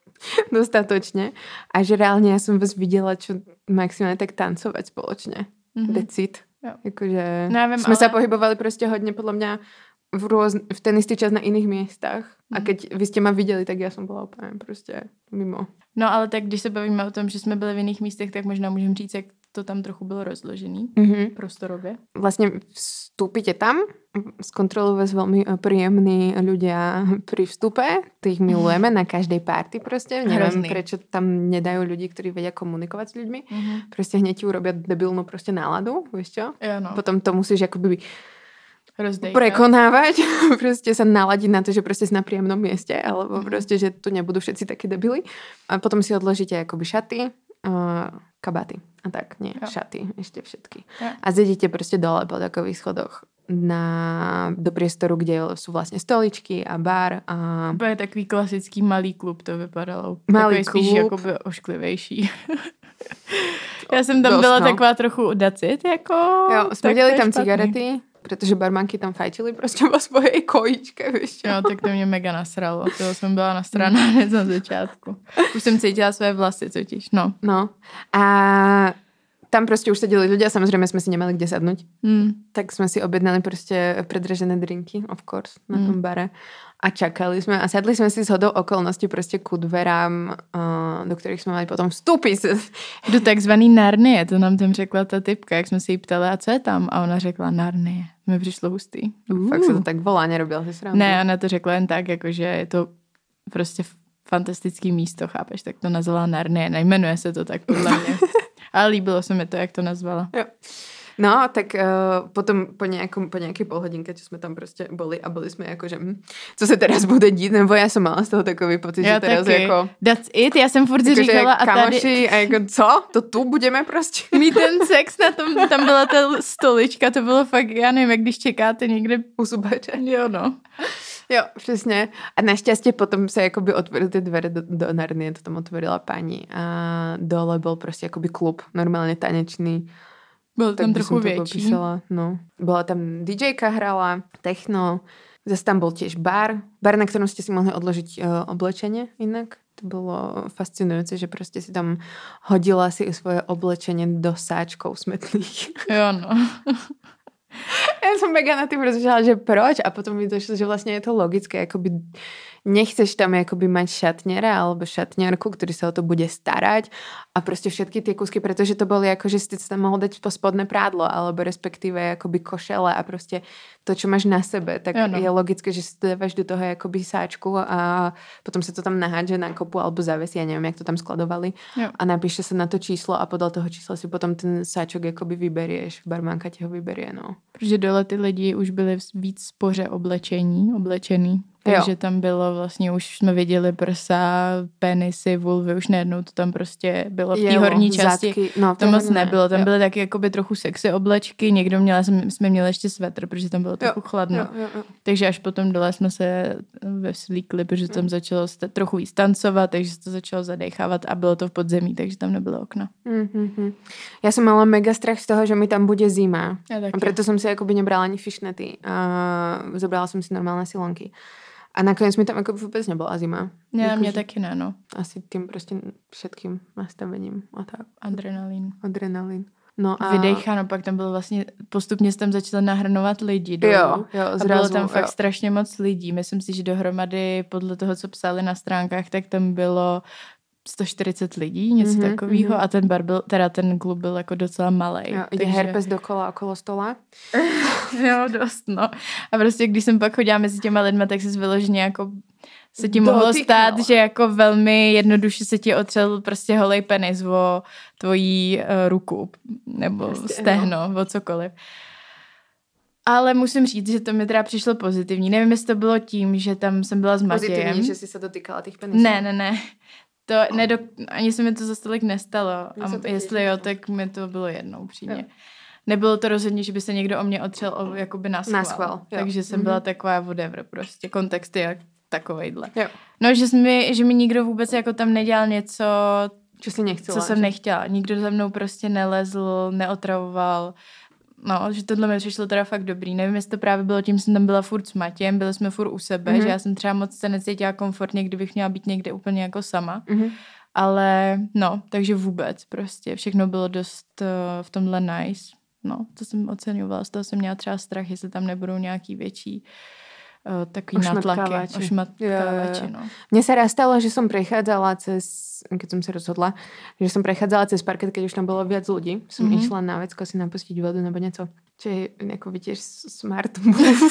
Dostatočne. A že reálne ja som vás videla, čo maximálne tak tancovať spoločne. Mm-hmm. Decid. Jakože Nevím, jsme ale... se pohybovali prostě hodně podle mě v, růz, v ten istý čas na jiných místech. A keď vy jste ma viděli, tak já jsem byla úplně prostě mimo. No ale tak když se bavíme o tom, že jsme byli v jiných místech, tak možná můžeme říct, jak to tam trochu bylo rozložený mm-hmm. prostorově. Vlastně vstúpite tam, zkontrolujú vás veľmi príjemní ľudia pri vstupe, tých milujeme na každej party proste. Neviem, prečo tam nedajú ľudí, ktorí vedia komunikovať s ľuďmi. Mm-hmm. Proste hneď ti urobia debilnú proste náladu, vieš čo? Ja, no. Potom to musíš akoby rozdejkať. Prekonávať, proste sa naladiť na to, že proste si na príjemnom mieste, alebo mm-hmm. proste, že tu nebudú všetci takí debili. A potom si odložíte akoby šaty, uh, kabáty. A tak, nie, jo. šaty, ešte všetky. Jo. A zjedíte proste dole po takových schodoch na, do priestoru, kde sú vlastne stoličky a bar. A... To je takový klasický malý klub, to vypadalo. Malý takový spíš klub. jakoby ošklivejší. Já jsem tam Dost, byla no. taková trochu udacit, jako... Jo, jsme dělali tam špatný. Cigarety, protože barmanky tam fajčili prostě po svojej kojíčke, víš. Jo, tak to mě mega nasralo. Toho jsem byla nasraná hned na začátku. Už jsem cítila své vlasy totiž, no. No. A tam prostě už seděli ľudia, samozřejmě jsme si nemali kde sadnout. Mm. Tak jsme si objednali prostě predražené drinky, of course, na mm. tom bare. A čakali jsme a sadli jsme si shodou okolností prostě ku dverám, uh, do kterých jsme mali potom vstupit. Do takzvaný Narnie, to nám tam řekla ta typka, jak jsme si jí ptali, a co je tam? A ona řekla Narnie. Mi přišlo hustý. Uh. Fakt se to tak volá, nerobila si srandu. Ne, ona to řekla jen tak, jakože je to prostě fantastický místo, chápeš? Tak to nazvala Narnie, nejmenuje se to tak podle mě. Ale líbilo se mi to, jak to nazvala. Jo. No, tak uh, potom po, nejakom, po nejakej polhodinke, čo sme tam proste boli a boli sme ako, že hm, co se teraz bude dít, nebo já jsem mala z toho takový pocit, já že teraz taky. jako... That's it, já jsem furt si jako, říkala a kamoši, tady... a jako co? To tu budeme prostě? Mít ten sex na tom, tam byla ta stolička, to bylo fakt, já nevím, jak když čekáte někde u zubače. Jo, no. Jo, přesně. A naštěstí potom se jakoby otvorily ty dvere do, do Narnie, to tam otvorila paní a dole byl prostě jakoby klub, normálně tanečný. Byl tam trochu větší. No. Bola tam DJka hrala, techno, zase tam bol tiež bar, bar, na ktorom ste si mohli odložiť uh, oblečenie inak. To bolo fascinujúce, že proste si tam hodila si svoje oblečenie do sáčkov smetných. Jo, no. Ja som mega na tým rozmýšľala, že proč? A potom mi došlo, že vlastne je to logické, akoby nechceš tam akoby mať šatniera alebo šatniarku, ktorý sa o to bude starať a proste všetky tie kusky, pretože to boli ako, že si tam mohol dať po spodné prádlo alebo respektíve akoby košele a proste to, čo máš na sebe, tak ano. Je logické, že si to dávaš do toho akoby sáčku a potom sa to tam nahádže na kopu alebo zavesí, ja neviem, jak to tam skladovali jo. A napíše sa na to číslo a podľa toho čísla si potom ten sáčok akoby vyberieš, barmanka ti ho vyberie, no. Protože dole ty lidi už byli víc spoře oblečení, oblečený. Takže jo. Tam bylo vlastně, už jsme viděli prsa, penisy, vulvy, už najednou to tam prostě bylo v té horní části. No, to moc nebylo, tam jo. Byly taky jakoby trochu sexy oblečky, někdo měl, jsme měli ještě svetr, protože tam bylo trochu jo. chladno. Jo, jo, jo. Takže až potom dole jsme se veslíkli, protože tam začalo trochu víc tancovat, takže se to začalo zadechávat a bylo to v podzemí, takže tam nebylo okna. Mm-hmm. Já jsem mala mega strach z toho, že mi tam bude zima. A proto jsem si jakoby nebrala ani fishnety a zobrala jsem si normálne silonky. A nakonec mi tam jako vůbec nebyla zima. Ne, jako, mě taky ne, no. Asi tím prostě všetkým nastavením a tak. Adrenalin. Adrenalin. No a... Vydecháno, pak tam bylo vlastně, postupně se tam začali nahrnovat lidi dolů. Jo, jo, zrazu, a bylo tam fakt jo. strašně moc lidí. Myslím si, že dohromady, podle toho, co psali na stránkách, tak tam bylo sto čtyřicet lidí, něco mm-hmm, takového. Mm-hmm. A ten bar byl, teda ten klub byl jako docela malej. Jo, takže... herpes dokola okolo stola. Jo, dost, no. A prostě, když jsem pak chodila mezi těma lidma, tak se vyloženě jako se ti mohlo stát, že jako velmi jednoduše se ti otřel prostě holej penis o tvojí uh, ruku nebo stehno, o cokoliv. Ale musím říct, že to mi teda přišlo pozitivní. Nevím, jestli to bylo tím, že tam jsem byla s Matějem. Pozitivní, že jsi se dotýkala těch penisů? Ne, ne, ne. To nedok... Ani se mi to za stolik nestalo. A jestli jo, tak mi to bylo jednou upřímně. Nebylo to rozhodně, že by se někdo o mě otřel o, jakoby na schvál. Na schvál, takže jsem mm-hmm. byla taková whatever prostě. Kontext je takovejhle. Jo. No, že mi, že mi nikdo vůbec jako tam nedělal něco, co, si nechcela, co jsem že? nechtěla. Nikdo za mnou prostě nelezl, neotravoval. No, že tohle mi přišlo teda fakt dobrý. Nevím, jestli to právě bylo tím, že jsem tam byla furt s Matějem, byli jsme furt u sebe, mm-hmm. že já jsem třeba moc se necítila komfortně, kdybych měla být někde úplně jako sama. Mm-hmm. Ale no, takže vůbec prostě. Všechno bylo dost uh, v tomhle nice. no, to jsem oceňovala. Z toho jsem měla třeba strach, jestli tam nebudou nějaký větší uh, takový natlaky. Ošmatkávači, no. Mne sa raz stalo, že som prechádzala cez, keď som sa rozhodla, že som prechádzala cez parket, keď už tam bolo viac ľudí. Som mm-hmm. išla na vecko si napustiť vodu nebo něco. Čo je jako tiež smart move.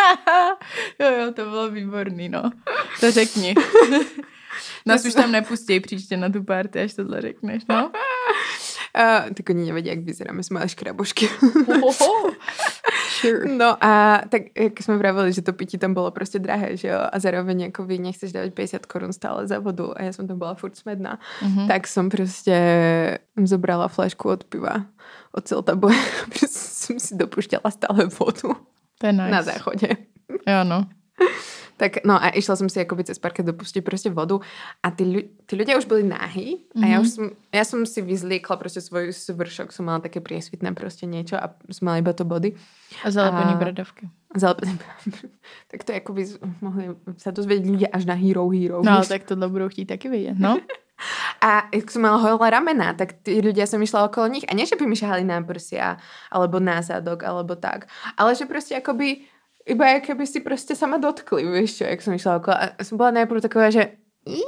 jo, jo, to bylo výborný, no. To řekni. Nás už tam nepustí příště na tu party, až tohle řekneš, no. Uh, tak oni nevedia, jak vyzeráme, sme ale škrabošky. Sure. No a tak, jak sme vravili, že to pití tam bolo proste drahé, že jo, a zároveň ako vy nechceš dávať päťdesiat korún stále za vodu a ja som tam bola furt smedná, mm-hmm. tak som proste zobrala flašku od piva od Celtabu. Proste som si dopúšťala stále vodu. To je nice. Na záchode. Jo, no. Tak, no a išla som si akoby cez parket dopustiť proste vodu a tí, ľu- tí ľudia už boli nahí mm-hmm. a ja už som, ja som si vyzliekla proste svoj svršok, som mala také priesvitné proste niečo a som mala iba to body. A zalepený a... bradavky. Zalepený Tak to akoby mohli sa dozvedieť ľudia až na hero hero. No, tak tohle budou chtít taky vidět, no. A jak som mala holé ramena, tak tí ľudia som išla okolo nich a nie, že by mi šahali na prsia alebo na zadok alebo tak, ale že proste akoby iba keby si proste sama dotkli, vieš čo, jak som išla okolo. A som bola najprv taková, že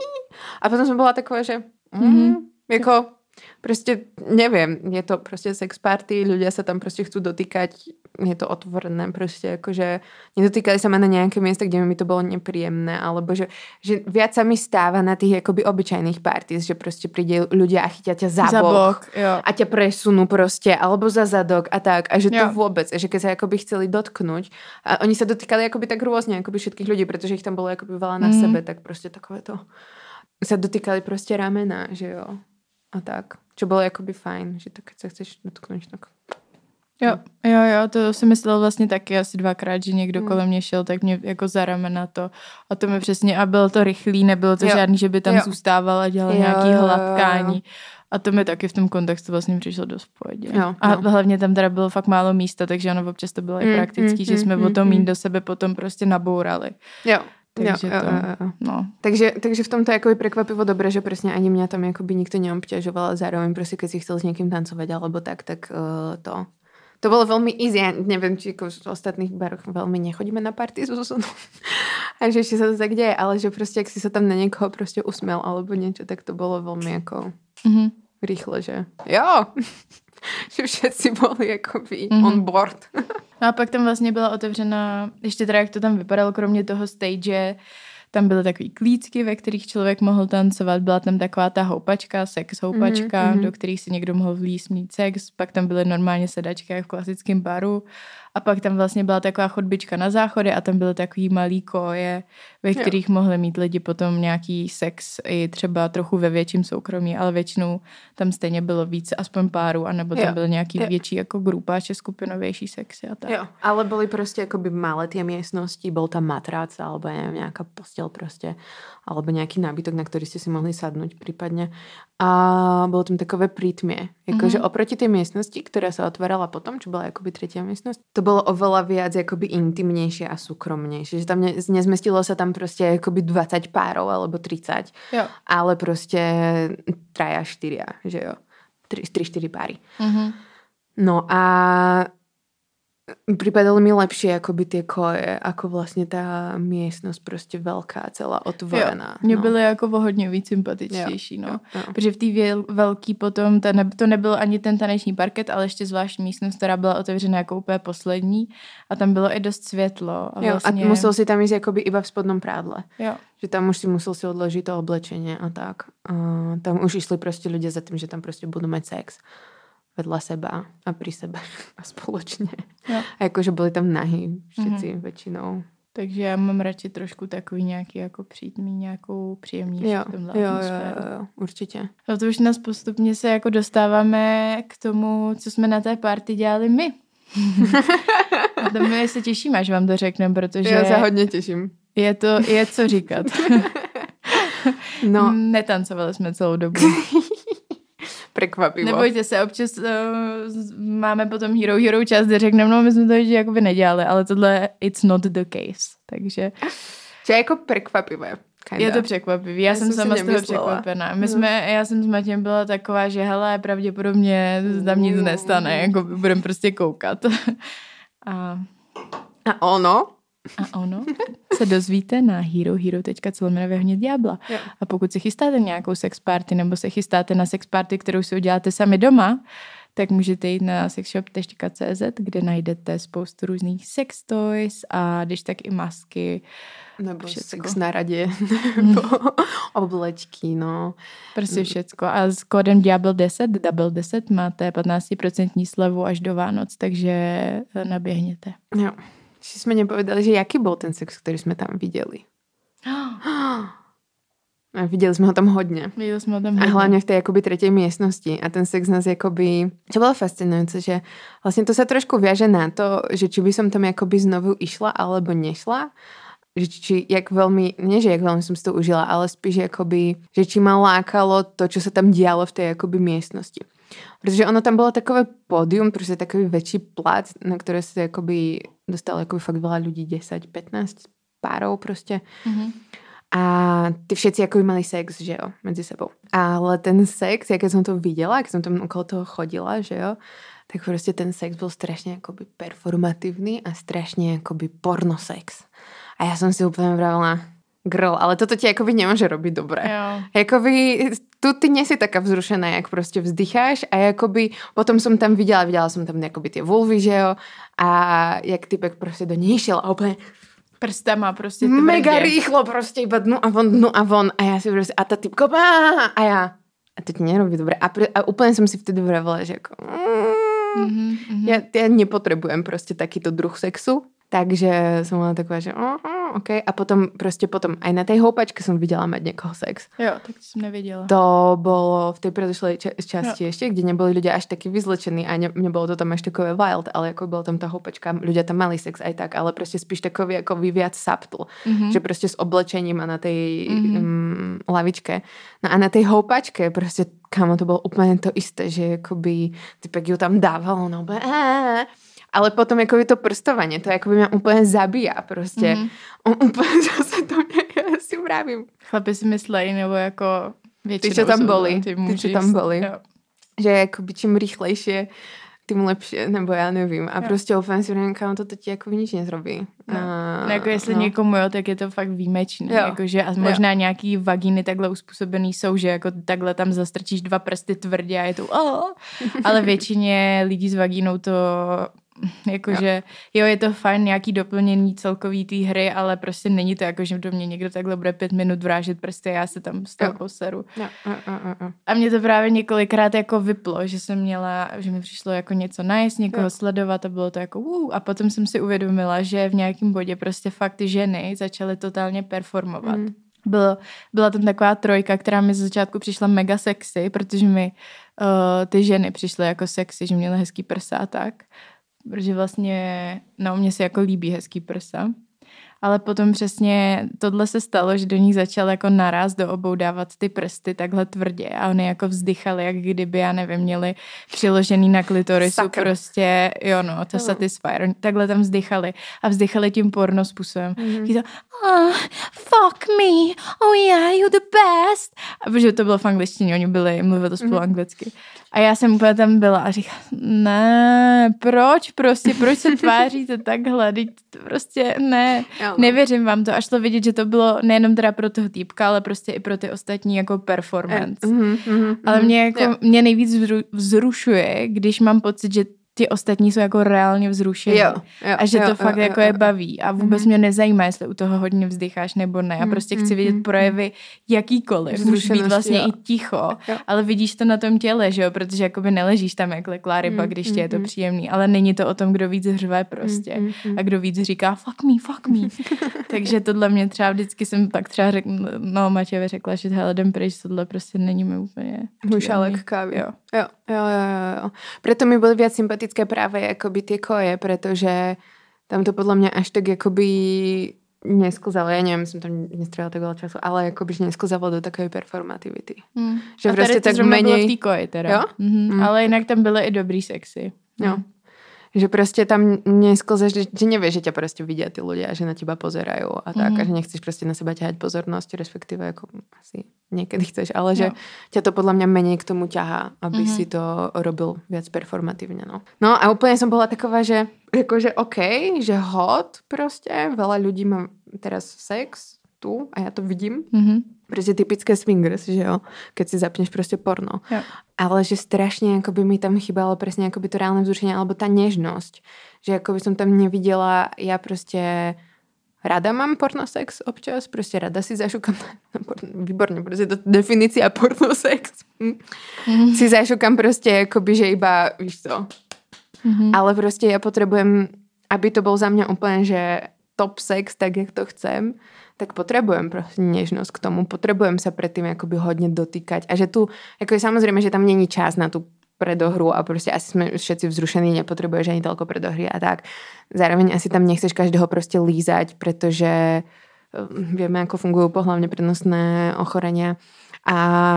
a potom som bola taková, že mm, jako proste, neviem, je to proste sex party, ľudia sa tam proste chcú dotýkať, je to otvorené proste, akože nedotýkali sa ma na nejaké miesta, kde mi to bolo nepríjemné, alebo že, že viac sa mi stáva na tých akoby obyčajných parties, že proste príde ľudia a chytia ťa za, za bok, bok a ťa presunú proste, alebo za zadok a tak, a že to jo. Vôbec, že keď sa akoby chceli dotknúť, a oni sa dotýkali akoby tak rôzne, akoby všetkých ľudí, pretože ich tam bolo akoby veľa na mm. sebe, tak proste takové to sa dotýkali proste ramena, že jo. A tak. Čo bolo jakoby fajn, že to keď sa chceš dotknout, tak... Jo, jo, jo, to jsem myslela vlastně taky asi dvakrát, že někdo mm. kolem mě šel, tak mě jako za ramena to. A to mi přesně, a bylo to rychlý, nebylo to jo. žádný, že by tam jo. zůstával a dělal jo, nějaký hladkání. A to mi taky v tom kontextu vlastně přišlo dost v pohodě. Jo, a no. hlavně tam teda bylo fakt málo místa, takže ono občas to bylo mm, i praktický, mm, že jsme mm, o to míň mm. do sebe potom prostě nabourali. Jo. Takže, jo, to, jo, jo. No. takže, takže v tom to je akoby prekvapivo dobre, že presne ani mňa tam akoby nikto neobťažoval a zároveň proste keď si chcel s niekým tancovať alebo tak, tak uh, to to bolo veľmi easy. Ja neviem, či ako v ostatných baroch veľmi nechodíme na party so Zuzanou. A že ešte sa to tak deje, ale že proste ak si sa tam na niekoho proste usmel alebo niečo, tak to bolo veľmi ako mm-hmm. rýchle, že jo, že všetci boli akoby mm-hmm. on board. No a pak tam vlastně byla otevřena, ještě teda jak to tam vypadalo, kromě toho stage, tam byly takový klícky, ve kterých člověk mohl tancovat, byla tam taková ta houpačka, sex houpačka, mm-hmm. do kterých si někdo mohl vlízt mít sex, pak tam byly normálně sedačky jak v klasickém baru a pak tam vlastně byla taková chodbička na záchody a tam byly takový malý koje, ve kterých jo. mohli mít lidi potom nějaký sex i třeba trochu ve větším soukromí, ale většinou tam stejně bylo víc aspoň párů, anebo tam jo. byl nějaký jo. větší jako grupáč, skupinovější sexy a tak. Jo, ale byly prostě jakoby malé tie miestnosti, bol tam matrác alebo neviem, nejaká postel prostě, alebo nejaký nábytok, na ktorý ste si mohli sadnúť prípadne. A bolo tam takové prítmie. Jakože mm-hmm. oproti tej miestnosti, ktorá sa otvárala potom, čo bola akoby tretia miestnosť, to bolo oveľa viac akoby intimnejšie a súkromnejšie. Že tam ne, nezmestilo sa tam proste akoby dvadsať párov alebo tridsať. Jo. Ale proste traja, štyria, že jo. tri štyri páry. Mm-hmm. No a pripadalo mi lepšie akoby tie koje, ako vlastně ta miestnosť prostě velká, celá otvorená. Mně no. byly jako o hodně víc sympatičtější, jo, no. Jo, jo. Protože v té velký potom, ta ne, to nebyl ani ten taneční parket, ale ještě zvlášť místnost, která byla otevřená jako úplně poslední a tam bylo i dost světlo. A, vlastně... jo, a musel si tam jít jakoby iba v spodnom prádle. Jo. Že tam už si musel si odložiť to oblečenie a tak. A tam už išli prostě ľudia za tým, že tam prostě budú mať sex vedľa seba a pri sebe a spoločne. Jo. A jakože byli tam nahý všetci mm-hmm. většinou. Takže já mám radši trošku takový nějaký jako přítmí, nějakou příjemnější jo, v tomhle jo, atmosféru. Jo, jo, určitě. A to už nás postupně se jako dostáváme k tomu, co jsme na té party dělali my. A to my se těšíme, až vám to řekneme, protože... Já se hodně těším. Je to, je co říkat. No. Netancovali jsme celou dobu. Prekvapivo. Nebojte se, občas uh, máme potom Hero Hero čas, kde řekneme, no my jsme to ještě jakoby nedělali, ale tohle it's not the case, takže... Čo je jako prekvapivé. Kinda. Je to překvapivý, já, já jsem sama z toho překvapená. My no. jsme, já jsem s Matějem byla taková, že hele, pravděpodobně tam nic nestane, jako budeme prostě koukat. A, a ono? A ono se dozvíte na herohero tečka co lomeno Vyhonět ďábla. Jo. A pokud se chystáte nějakou sex party nebo se chystáte na sex party, kterou si uděláte sami doma, tak můžete jít na sexshop tečka cé zet, kde najdete spoustu různých sex toys a když tak i masky. Nebo všecko. Sex na radě, nebo oblečky, no. Prostě všecko. A s kódem ďábel deset, double deset, máte patnáct procent slevu až do Vánoc, takže naběhněte. Jo. Či jsme nepovedali, že jaký byl ten sex, který jsme tam viděli. A viděli jsme ho tam hodně. Viděli jsme ho tam hodně. A hlavně v té jakoby třetí místnosti. A ten sex nás jakoby... Čo bylo fascinujúce, že vlastně to se trošku viaže na to, že či by som tam jakoby znovu išla alebo nešla. Že či, jak veľmi, nie že jak veľmi som si to užila, ale spíš jakoby, že či ma lákalo to, čo sa tam dialo v tej jakoby miestnosti. Protože ono tam bylo takové pódium, prostě takový väčší plác, na ktoré sa jakoby dostalo jakoby fakt veľa ľudí, desať, pätnásť párov prostě. Mm-hmm. A ty všetci jakoby mali sex, že jo, medzi sebou. Ale ten sex, jak som to viděla, jak som tam okolo toho chodila, že jo, tak prostě ten sex byl strašně jakoby performativní a strašně jakoby pornosex. A já jsem si úplně vravila, girl, ale toto ti jakoby nemůže robiť dobré. Jo. Jakoby tu ty nie si taká vzrušená, jak prostě vzdycháš a jakoby potom som tam viděla, viděla som tam jakoby ty vulvy, že jo, a jak typek prostě do něj šel a úplně prstama prostě ty mega brdě. rýchlo prostě iba dnu a von, dnu a von a já si prostě, a ta typka a já, a to ti nerobí dobré. A, pr- a úplně jsem si vtedy vravila, že jako mm, mm-hmm. já, já nepotrebujem prostě takýto druh sexu. Takže som mala taková, že uh, uh, OK. A potom prostě potom aj na tej houpačke som videla mať niekoho sex. Jo, tak to som nevidela. To bolo v tej predošlej ča- časti jo. ešte, kde neboli ľudia až takí vyzlečení a ne, nebolo to tam až takové wild, ale ako bola tam tá houpačka, ľudia tam mali sex aj tak, ale prostě spíš takový jako viac subtle. Mm-hmm. Že prostě s oblečením a na tej mm-hmm. um, lavičke. No a na tej houpačke prostě, kámo, to bylo úplně to isté, že jakoby typek ju tam dával, no úplně ale potom jakoby to prstovanie, to jakoby mě úplně zabíja prostě. Mm-hmm. On úplně zase to mě, já si vravím. Chlapi si myslejí, nebo jako většinou ty, čo tam boli, ty, ty, čo tam boli. Jo. Že jakoby čím rýchlejšie, tím lepší, nebo já nevím. A jo. prostě úplně si vravím, kam to ti jako nič nezrobí. No. A, no, jako jestli no. někomu jo, tak je to fakt výjimečný. Jakože a možná jo. nějaký vagíny takhle uspůsobený jsou, že jako takhle tam zastrčíš dva prsty tvrdě a je to oh. Ale většině lidí s vagínou to jakože, jo. jo, je to fajn, nějaký doplnění celkový té hry, ale prostě není to jako, že do mě někdo takhle bude pět minut vrážet prsty a já se tam z toho poseru. Jo. Jo, jo, jo. A mě to právě několikrát jako vyplo, že jsem měla, že mi přišlo jako něco nice, někoho jo. sledovat a bylo to jako uh, a potom jsem si uvědomila, že v nějakém bodě prostě fakt ty ženy začaly totálně performovat. Mm. Bylo, byla tam taková trojka, která mi z začátku přišla mega sexy, protože mi uh, ty ženy přišly jako sexy, že měly hezký prsa a tak. Protože vlastně, no, mně se jako líbí hezký prsa. Ale potom přesně tohle se stalo, že do nich začal jako naraz do obou dávat ty prsty takhle tvrdě a oni jako vzdychali, jak kdyby, já nevím, měli přiložený na klitorisu Sucker. prostě, jo no, to no. Satisfyer. Oni takhle tam vzdychali a vzdychali tím porno způsobem. Mm-hmm. To, oh, fuck me, oh yeah, you're the best. A protože to bylo v angličtině, oni byli, mluvili to spolu mm-hmm. anglicky. A já jsem úplně tam byla a říkala, ne, proč prostě, proč se tváříte takhle, teď prostě ne. Jo. Nevěřím vám to, až to vidět, že to bylo nejenom teda pro toho týpka, ale prostě i pro ty ostatní jako performance. Mm, mm, mm, ale mě jako, mě nejvíc vzrušuje, když mám pocit, že ty ostatní jsou jako reálně vzrušení. Jo, jo, a že jo, to fakt jo, jako jo, je baví. A vůbec mm. mě nezajímá, jestli u toho hodně vzdycháš nebo ne. Já prostě chci vidět mm, projevy jakýkoliv. Může být vlastně jo. i ticho, jo. ale vidíš to na tom těle, že jo? Protože jakoby neležíš tam jak leklá ryba, mm, když ti mm, je to příjemný. Ale není to o tom, kdo víc hřve prostě. Mm, mm, a kdo víc říká fuck me, fuck me. Takže tohle mě třeba vždycky jsem tak třeba řekla, no Matějovi řekla, že hele, jdem pryč, tohle prostě není mi úplně šálek kávy. Jo. Jo, jo, jo, jo. Preto mi boli viac sympatické práve akoby tie koje, pretože tam to podľa mňa až tak akoby nesklzalo, ja neviem, som tam nestrávila tak veľa času, ale akoby nesklzalo do takové performativity. Hmm. Že a tady to tak menej... bylo v té koje teda. Jo? Mm-hmm. Mm. Ale jinak tam byly i dobrý sexy. Jo. Že proste tam nesklzeš, že, že nevieš, že ťa proste vidia tí ľudia, že na teba pozerajú a tak, mm. a že nechceš proste na seba ťahať pozornosť, respektíve ako asi niekedy chceš, ale že no. ťa to podľa mňa menej k tomu ťahá, aby mm-hmm. si to robil viac performatívne. No. no a úplne som bola taková, že akože OK, že hot proste, veľa ľudí má teraz sex tu a ja to vidím. Mm-hmm. Proste typické swingers, že jo, keď si zapneš proste porno. Jo. Ale že strašne akoby mi tam chýbalo presne akoby to reálne vzrušenie alebo tá nežnosť. Že akoby som tam nevidela, ja proste rada mám pornosex občas, proste rada si zašukam na porno, výborne, proste to definícia pornosex. Mm-hmm. Si zašukam proste akoby, že iba, víš to. Mm-hmm. Ale proste ja potrebujem, aby to bol za mňa úplne, že top sex, tak jak to chcem, tak potrebujem proste nežnosť k tomu. Potrebujem sa predtým akoby hodne dotýkať. A že tu, ako je samozrejme, že tam není čas na tú predohru a proste asi sme všetci vzrušení, nepotrebuješ ani toľko predohry a tak. Zároveň asi tam nechceš každého proste lízať, pretože vieme, ako fungujú pohlavne prenosné ochorenia a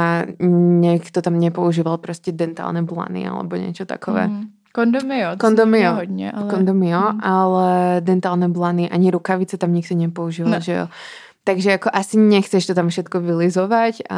niekto tam nepoužíval proste dentálne bulany alebo niečo takové. Mm. Kondomy jo. Kondomy jo, hodně, ale... Kondomy jo, hmm. ale dentálne blany, ani rukavice tam nikto nepoužíval, no. že jo. Takže ako asi nechceš to tam všetko vylizovať. A...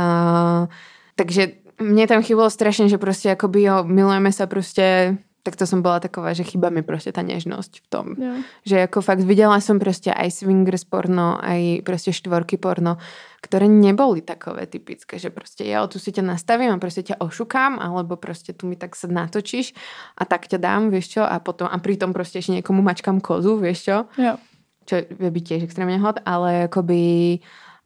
Takže mne tam chýbalo strašne, že proste akoby jo, milujeme sa proste, tak to som bola taková, že chýba mi proste tá nežnosť v tom. No. Že ako fakt videla som proste aj swingers porno, aj proste štvorky porno, ktoré neboli takové typické, že proste ja tu si ťa nastavím a proste ťa ošukám, alebo proste tu mi tak sa natočíš a tak ťa dám, vieš čo, a potom a pritom proste ešte niekomu mačkám kozu, vieš čo. Jo. Čo vie byť tiež extrémne hot, ale akoby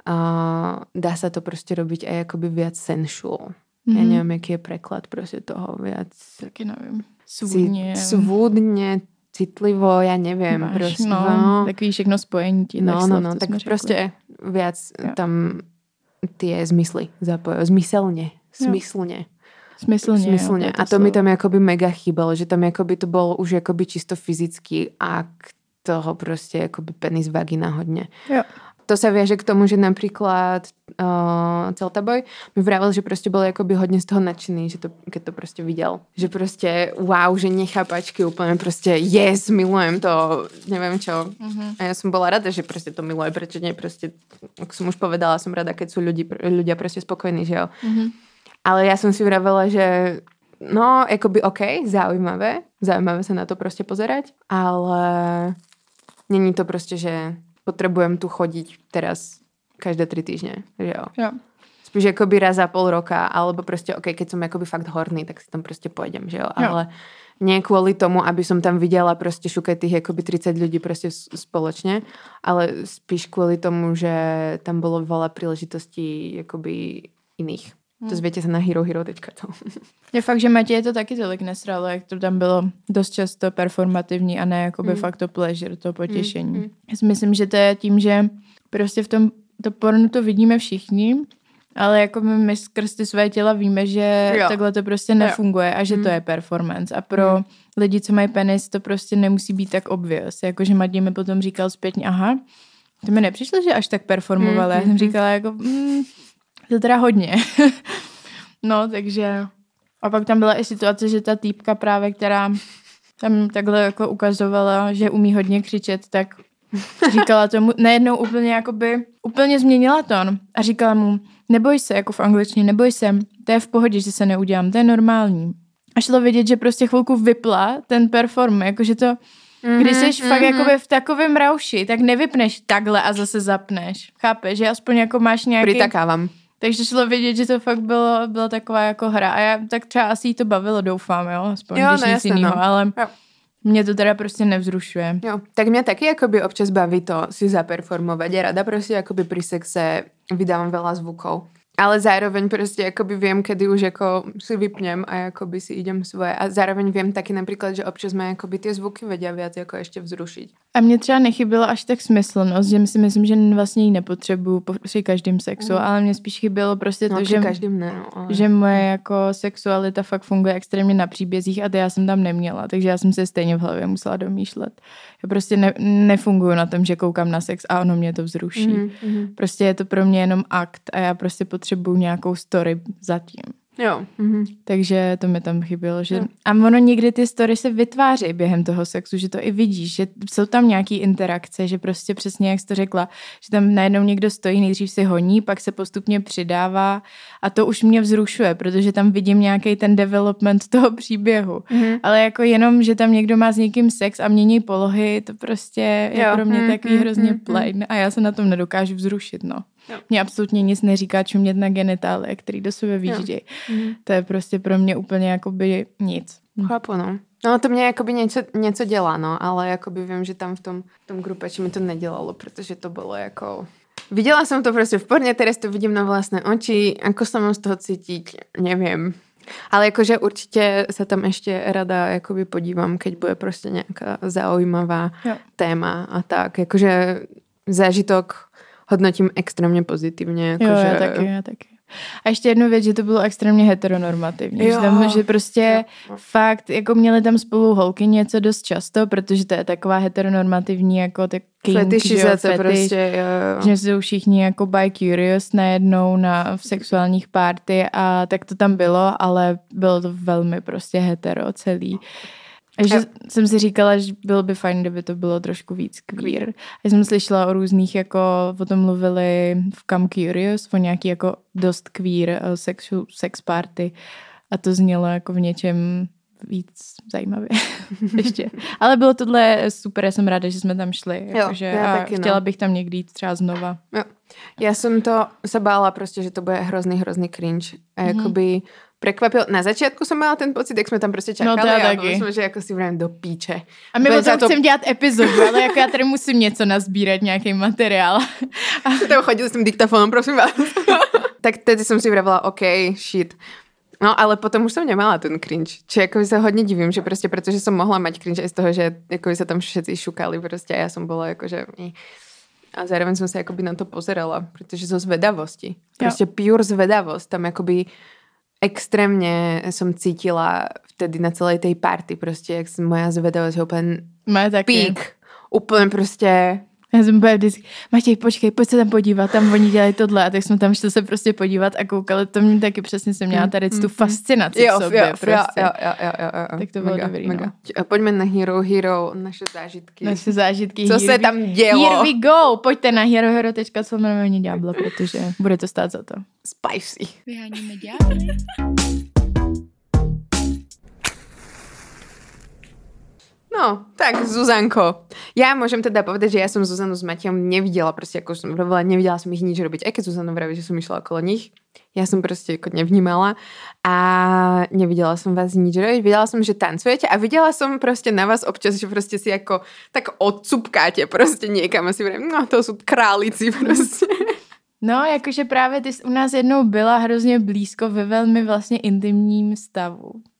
uh, dá sa to proste robiť aj akoby viac sensual. Mm-hmm. Ja neviem, aký je preklad proste toho viac. Taky neviem. Svúdne. Svúdne, citlivo, ja neviem. Máš, proste, no, no, takový všechno spojení. No, no, no, tak proste viac jo. tam tie zmysly zapojú. Zmyselne. Smyslne. Smyslne. Smyslne. Jo, a to slovo. Mi tam akoby mega chýbalo, že tam akoby to bolo už akoby čisto fyzický akt toho proste akoby penis vagina hodne. Jo. To sa viaže k tomu, že napríklad uh, Celtaboj mi vravel, že proste bol akoby hodne z toho nadšený, že to, keď to proste videl. Že proste wow, že nechápačky úplne proste yes, milujem to, neviem čo. Uh-huh. A ja som bola rada, že proste to miluje, prečo nie proste, ako som už povedala, som rada, keď sú ľudí, ľudia proste spokojní, že jo. Uh-huh. Ale ja som si vravela, že no, akoby okej, okay, zaujímavé, zaujímavé sa na to proste pozerať, ale není to proste, že potrebujem tu chodiť teraz každé tri týždne, že jo. jo. Spíš akoby raz za pol roka, alebo proste, ok, keď som akoby fakt horný, tak si tam proste pôjdem, že jo. jo. Ale nie kvôli tomu, aby som tam videla proste šukať tých akoby tridsať ľudí proste spoločne, ale spíš kvôli tomu, že tam bolo veľa príležitostí akoby iných. Hmm. To zvěte se na hero hero tečka com. Je fakt, že Matěj to taky tolik nesralo, jak to tam bylo dost často performativní a ne jakoby hmm. fakt to pleasure, to potěšení. Hmm. Já si myslím, že to je tím, že prostě v tom to pornu to vidíme všichni, ale jako my skrz ty své těla víme, že jo. takhle to prostě nefunguje a že hmm. to je performance. A pro hmm. lidi, co mají penis, to prostě nemusí být tak obvious. Jakože Matěj mi potom říkal zpětně, aha, to mi nepřišlo, že až tak performovala. Hmm. Já jsem říkala jako... Mm, to teda hodně. No, takže... A pak tam byla i situace, že ta týpka právě, která tam takhle jako ukazovala, že umí hodně křičet, tak říkala tomu, najednou úplně jakoby, úplně změnila tón a říkala mu, neboj se, jako v angličtině, neboj se, to je v pohodě, že se neudělám, to je normální. A šlo vidět, že prostě chvilku vypla ten perform, jakože to, mm-hmm, když jsi mm-hmm. fakt jakoby v takovém rauši, tak nevypneš takhle a zase zapneš. Chápeš, že aspoň jako máš nějaký... Pritakávám. Takže šlo vidět, že to fakt bylo, bylo taková jako hra. A já tak třeba asi jí to bavilo, doufám, jo? Aspoň, jo, když no, nic jinýho, no. Ale jo. Mě to teda prostě nevzrušuje. Jo, tak mňa taky akoby občas baví to si zaperformovať. Ja rada prostě akoby pri sexe vydávám veľa zvukov. Ale zároveň prostě akoby viem, kedy už ako si vypnem a akoby si idem svoje. A zároveň viem taky napríklad, že občas ma akoby tie zvuky vedia viac jako ešte vzrušiť. A mně třeba nechyběla až tak smyslnost, že si myslím, že vlastně ji nepotřebuju při každém sexu, mm. ale mně spíš chybělo prostě no, to, že, každým ne, no, ale... že moje jako sexualita fakt funguje extrémně na příbězích a to já jsem tam neměla, takže já jsem se stejně v hlavě musela domýšlet. Já prostě ne, nefunguju na tom, že koukám na sex a ono mě to vzruší. Mm, mm. Prostě je to pro mě jenom akt a já prostě potřebuju nějakou story zatím. Jo. Mhm. Takže to mi tam chybělo. Že... A ono někdy ty story se vytváří během toho sexu, že to i vidíš, že jsou tam nějaký interakce, že prostě přesně, jak jsi to řekla, že tam najednou někdo stojí, nejdřív si honí, pak se postupně přidává a to už mě vzrušuje, protože tam vidím nějaký ten development toho příběhu. Mhm. Ale jako jenom, že tam někdo má s někým sex a mění polohy, to prostě je jo. pro mě mhm. takový hrozně mhm. plain a já se na tom nedokážu vzrušit, no. Jo. Mě absolutně nic neříká čumět na genitálie, který do sebe vyjíždějí. Mm. To je prostě pro mě úplně jakoby nic. Chápu, no. No to mě jakoby něco, něco dělá, no, ale jakoby vím, že tam v tom, v tom grupeči mi to nedělalo, protože to bylo jako... Viděla jsem to prostě v porně, teraz to vidím na vlastné oči, ako sa mám z toho cítiť, neviem. Ale jakože určitě se tam ještě rada jakoby podívám, keď bude prostě nějaká zaujímavá jo. téma a tak. Jakože zážitok hodnotím extrémně pozitivně. Jako jo, že... já taky, já taky. A ještě jednu věc, že to bylo extrémně heteronormativní. Že, tam, že prostě jo. fakt, jako měli tam spolu holky něco dost často, protože to je taková heteronormativní jako tak kink, fetišizace fetiš, prostě, jo, jo. Že jsou všichni jako bi-curious najednou na, v sexuálních party a tak to tam bylo, ale bylo to velmi prostě hetero celý. Že jo. jsem si říkala, že bylo by fajn, kdyby to bylo trošku víc queer. Já jsem slyšela o různých, jako o tom mluvili v Come Curious, o nějaký jako dost queer sex, sex party a to znělo jako v něčem víc zajímavě. Ještě. Ale bylo tohle super, já jsem ráda, že jsme tam šli. Jako, že, a taky, chtěla no. bych tam někdy jít třeba znova. Jo. Já jsem to se bála prostě, že to bude hrozný, hrozný cringe. A mm-hmm. jakoby prekvapil. Na začiatku som mala ten pocit, jak jsme tam prostě čakali no, a bylo jsme, že jako si vrám do píče. A my o tom to... chcem dělat epizodu, ale jako já tady musím něco nazbírat, nějaký materiál. A tam chodil s tím diktafonem, prosím vás. Tak tedy jsem si vravila, OK, shit. No, ale potom už jsem nemala ten cringe. Či jako se hodně divím, že prostě, protože jsem mohla mať cringe aj z toho, že jako se tam všetci šukali prostě a já jsem byla jako, že... A zároveň som sa akoby na to pozerala, protože zo zvedavosti. Prostě jo. pure zvedavosť. Tam akoby extrémně som cítila vtedy na celej tej party. Prostě jak moja zvedavosť je úplně pík. Úplně prostě... Já jsem byla vždycky, Matěj, počkej, pojď se tam podívat, tam oni dělají tohle. A tak jsme tam šli se prostě podívat a koukali. To mě taky přesně jsem měla tady tu fascinaci jo, v sobě. Jo, prostě. jo, jo, jo, jo, jo. Tak to bylo mega, dobrý. Mega. No. Pojďme na Hero Hero, naše zážitky. Naše zážitky. Co se tam dělo? Here we go. Pojďte na hero hero tečka com jmenuje Ďábla, protože bude to stát za to. Spicy. Vyháníme ďábly. No, tak Zuzanko. Ja môžem teda povedať, že ja som Zuzanu s Matejom nevidela, proste ako som robila, nevidela som ich nič robiť. Aj keď Zuzanu vraví, že som išla okolo nich, ja som proste ako nevnímala a nevidela som vás nič robiť. Videla som, že tancujete a videla som proste na vás občas, že proste si ako tak odsupkáte proste niekam a si vrem, no to sú králici proste. No, jakože právě ty u nás jednou byla hrozně blízko ve velmi vlastně intimním stavu.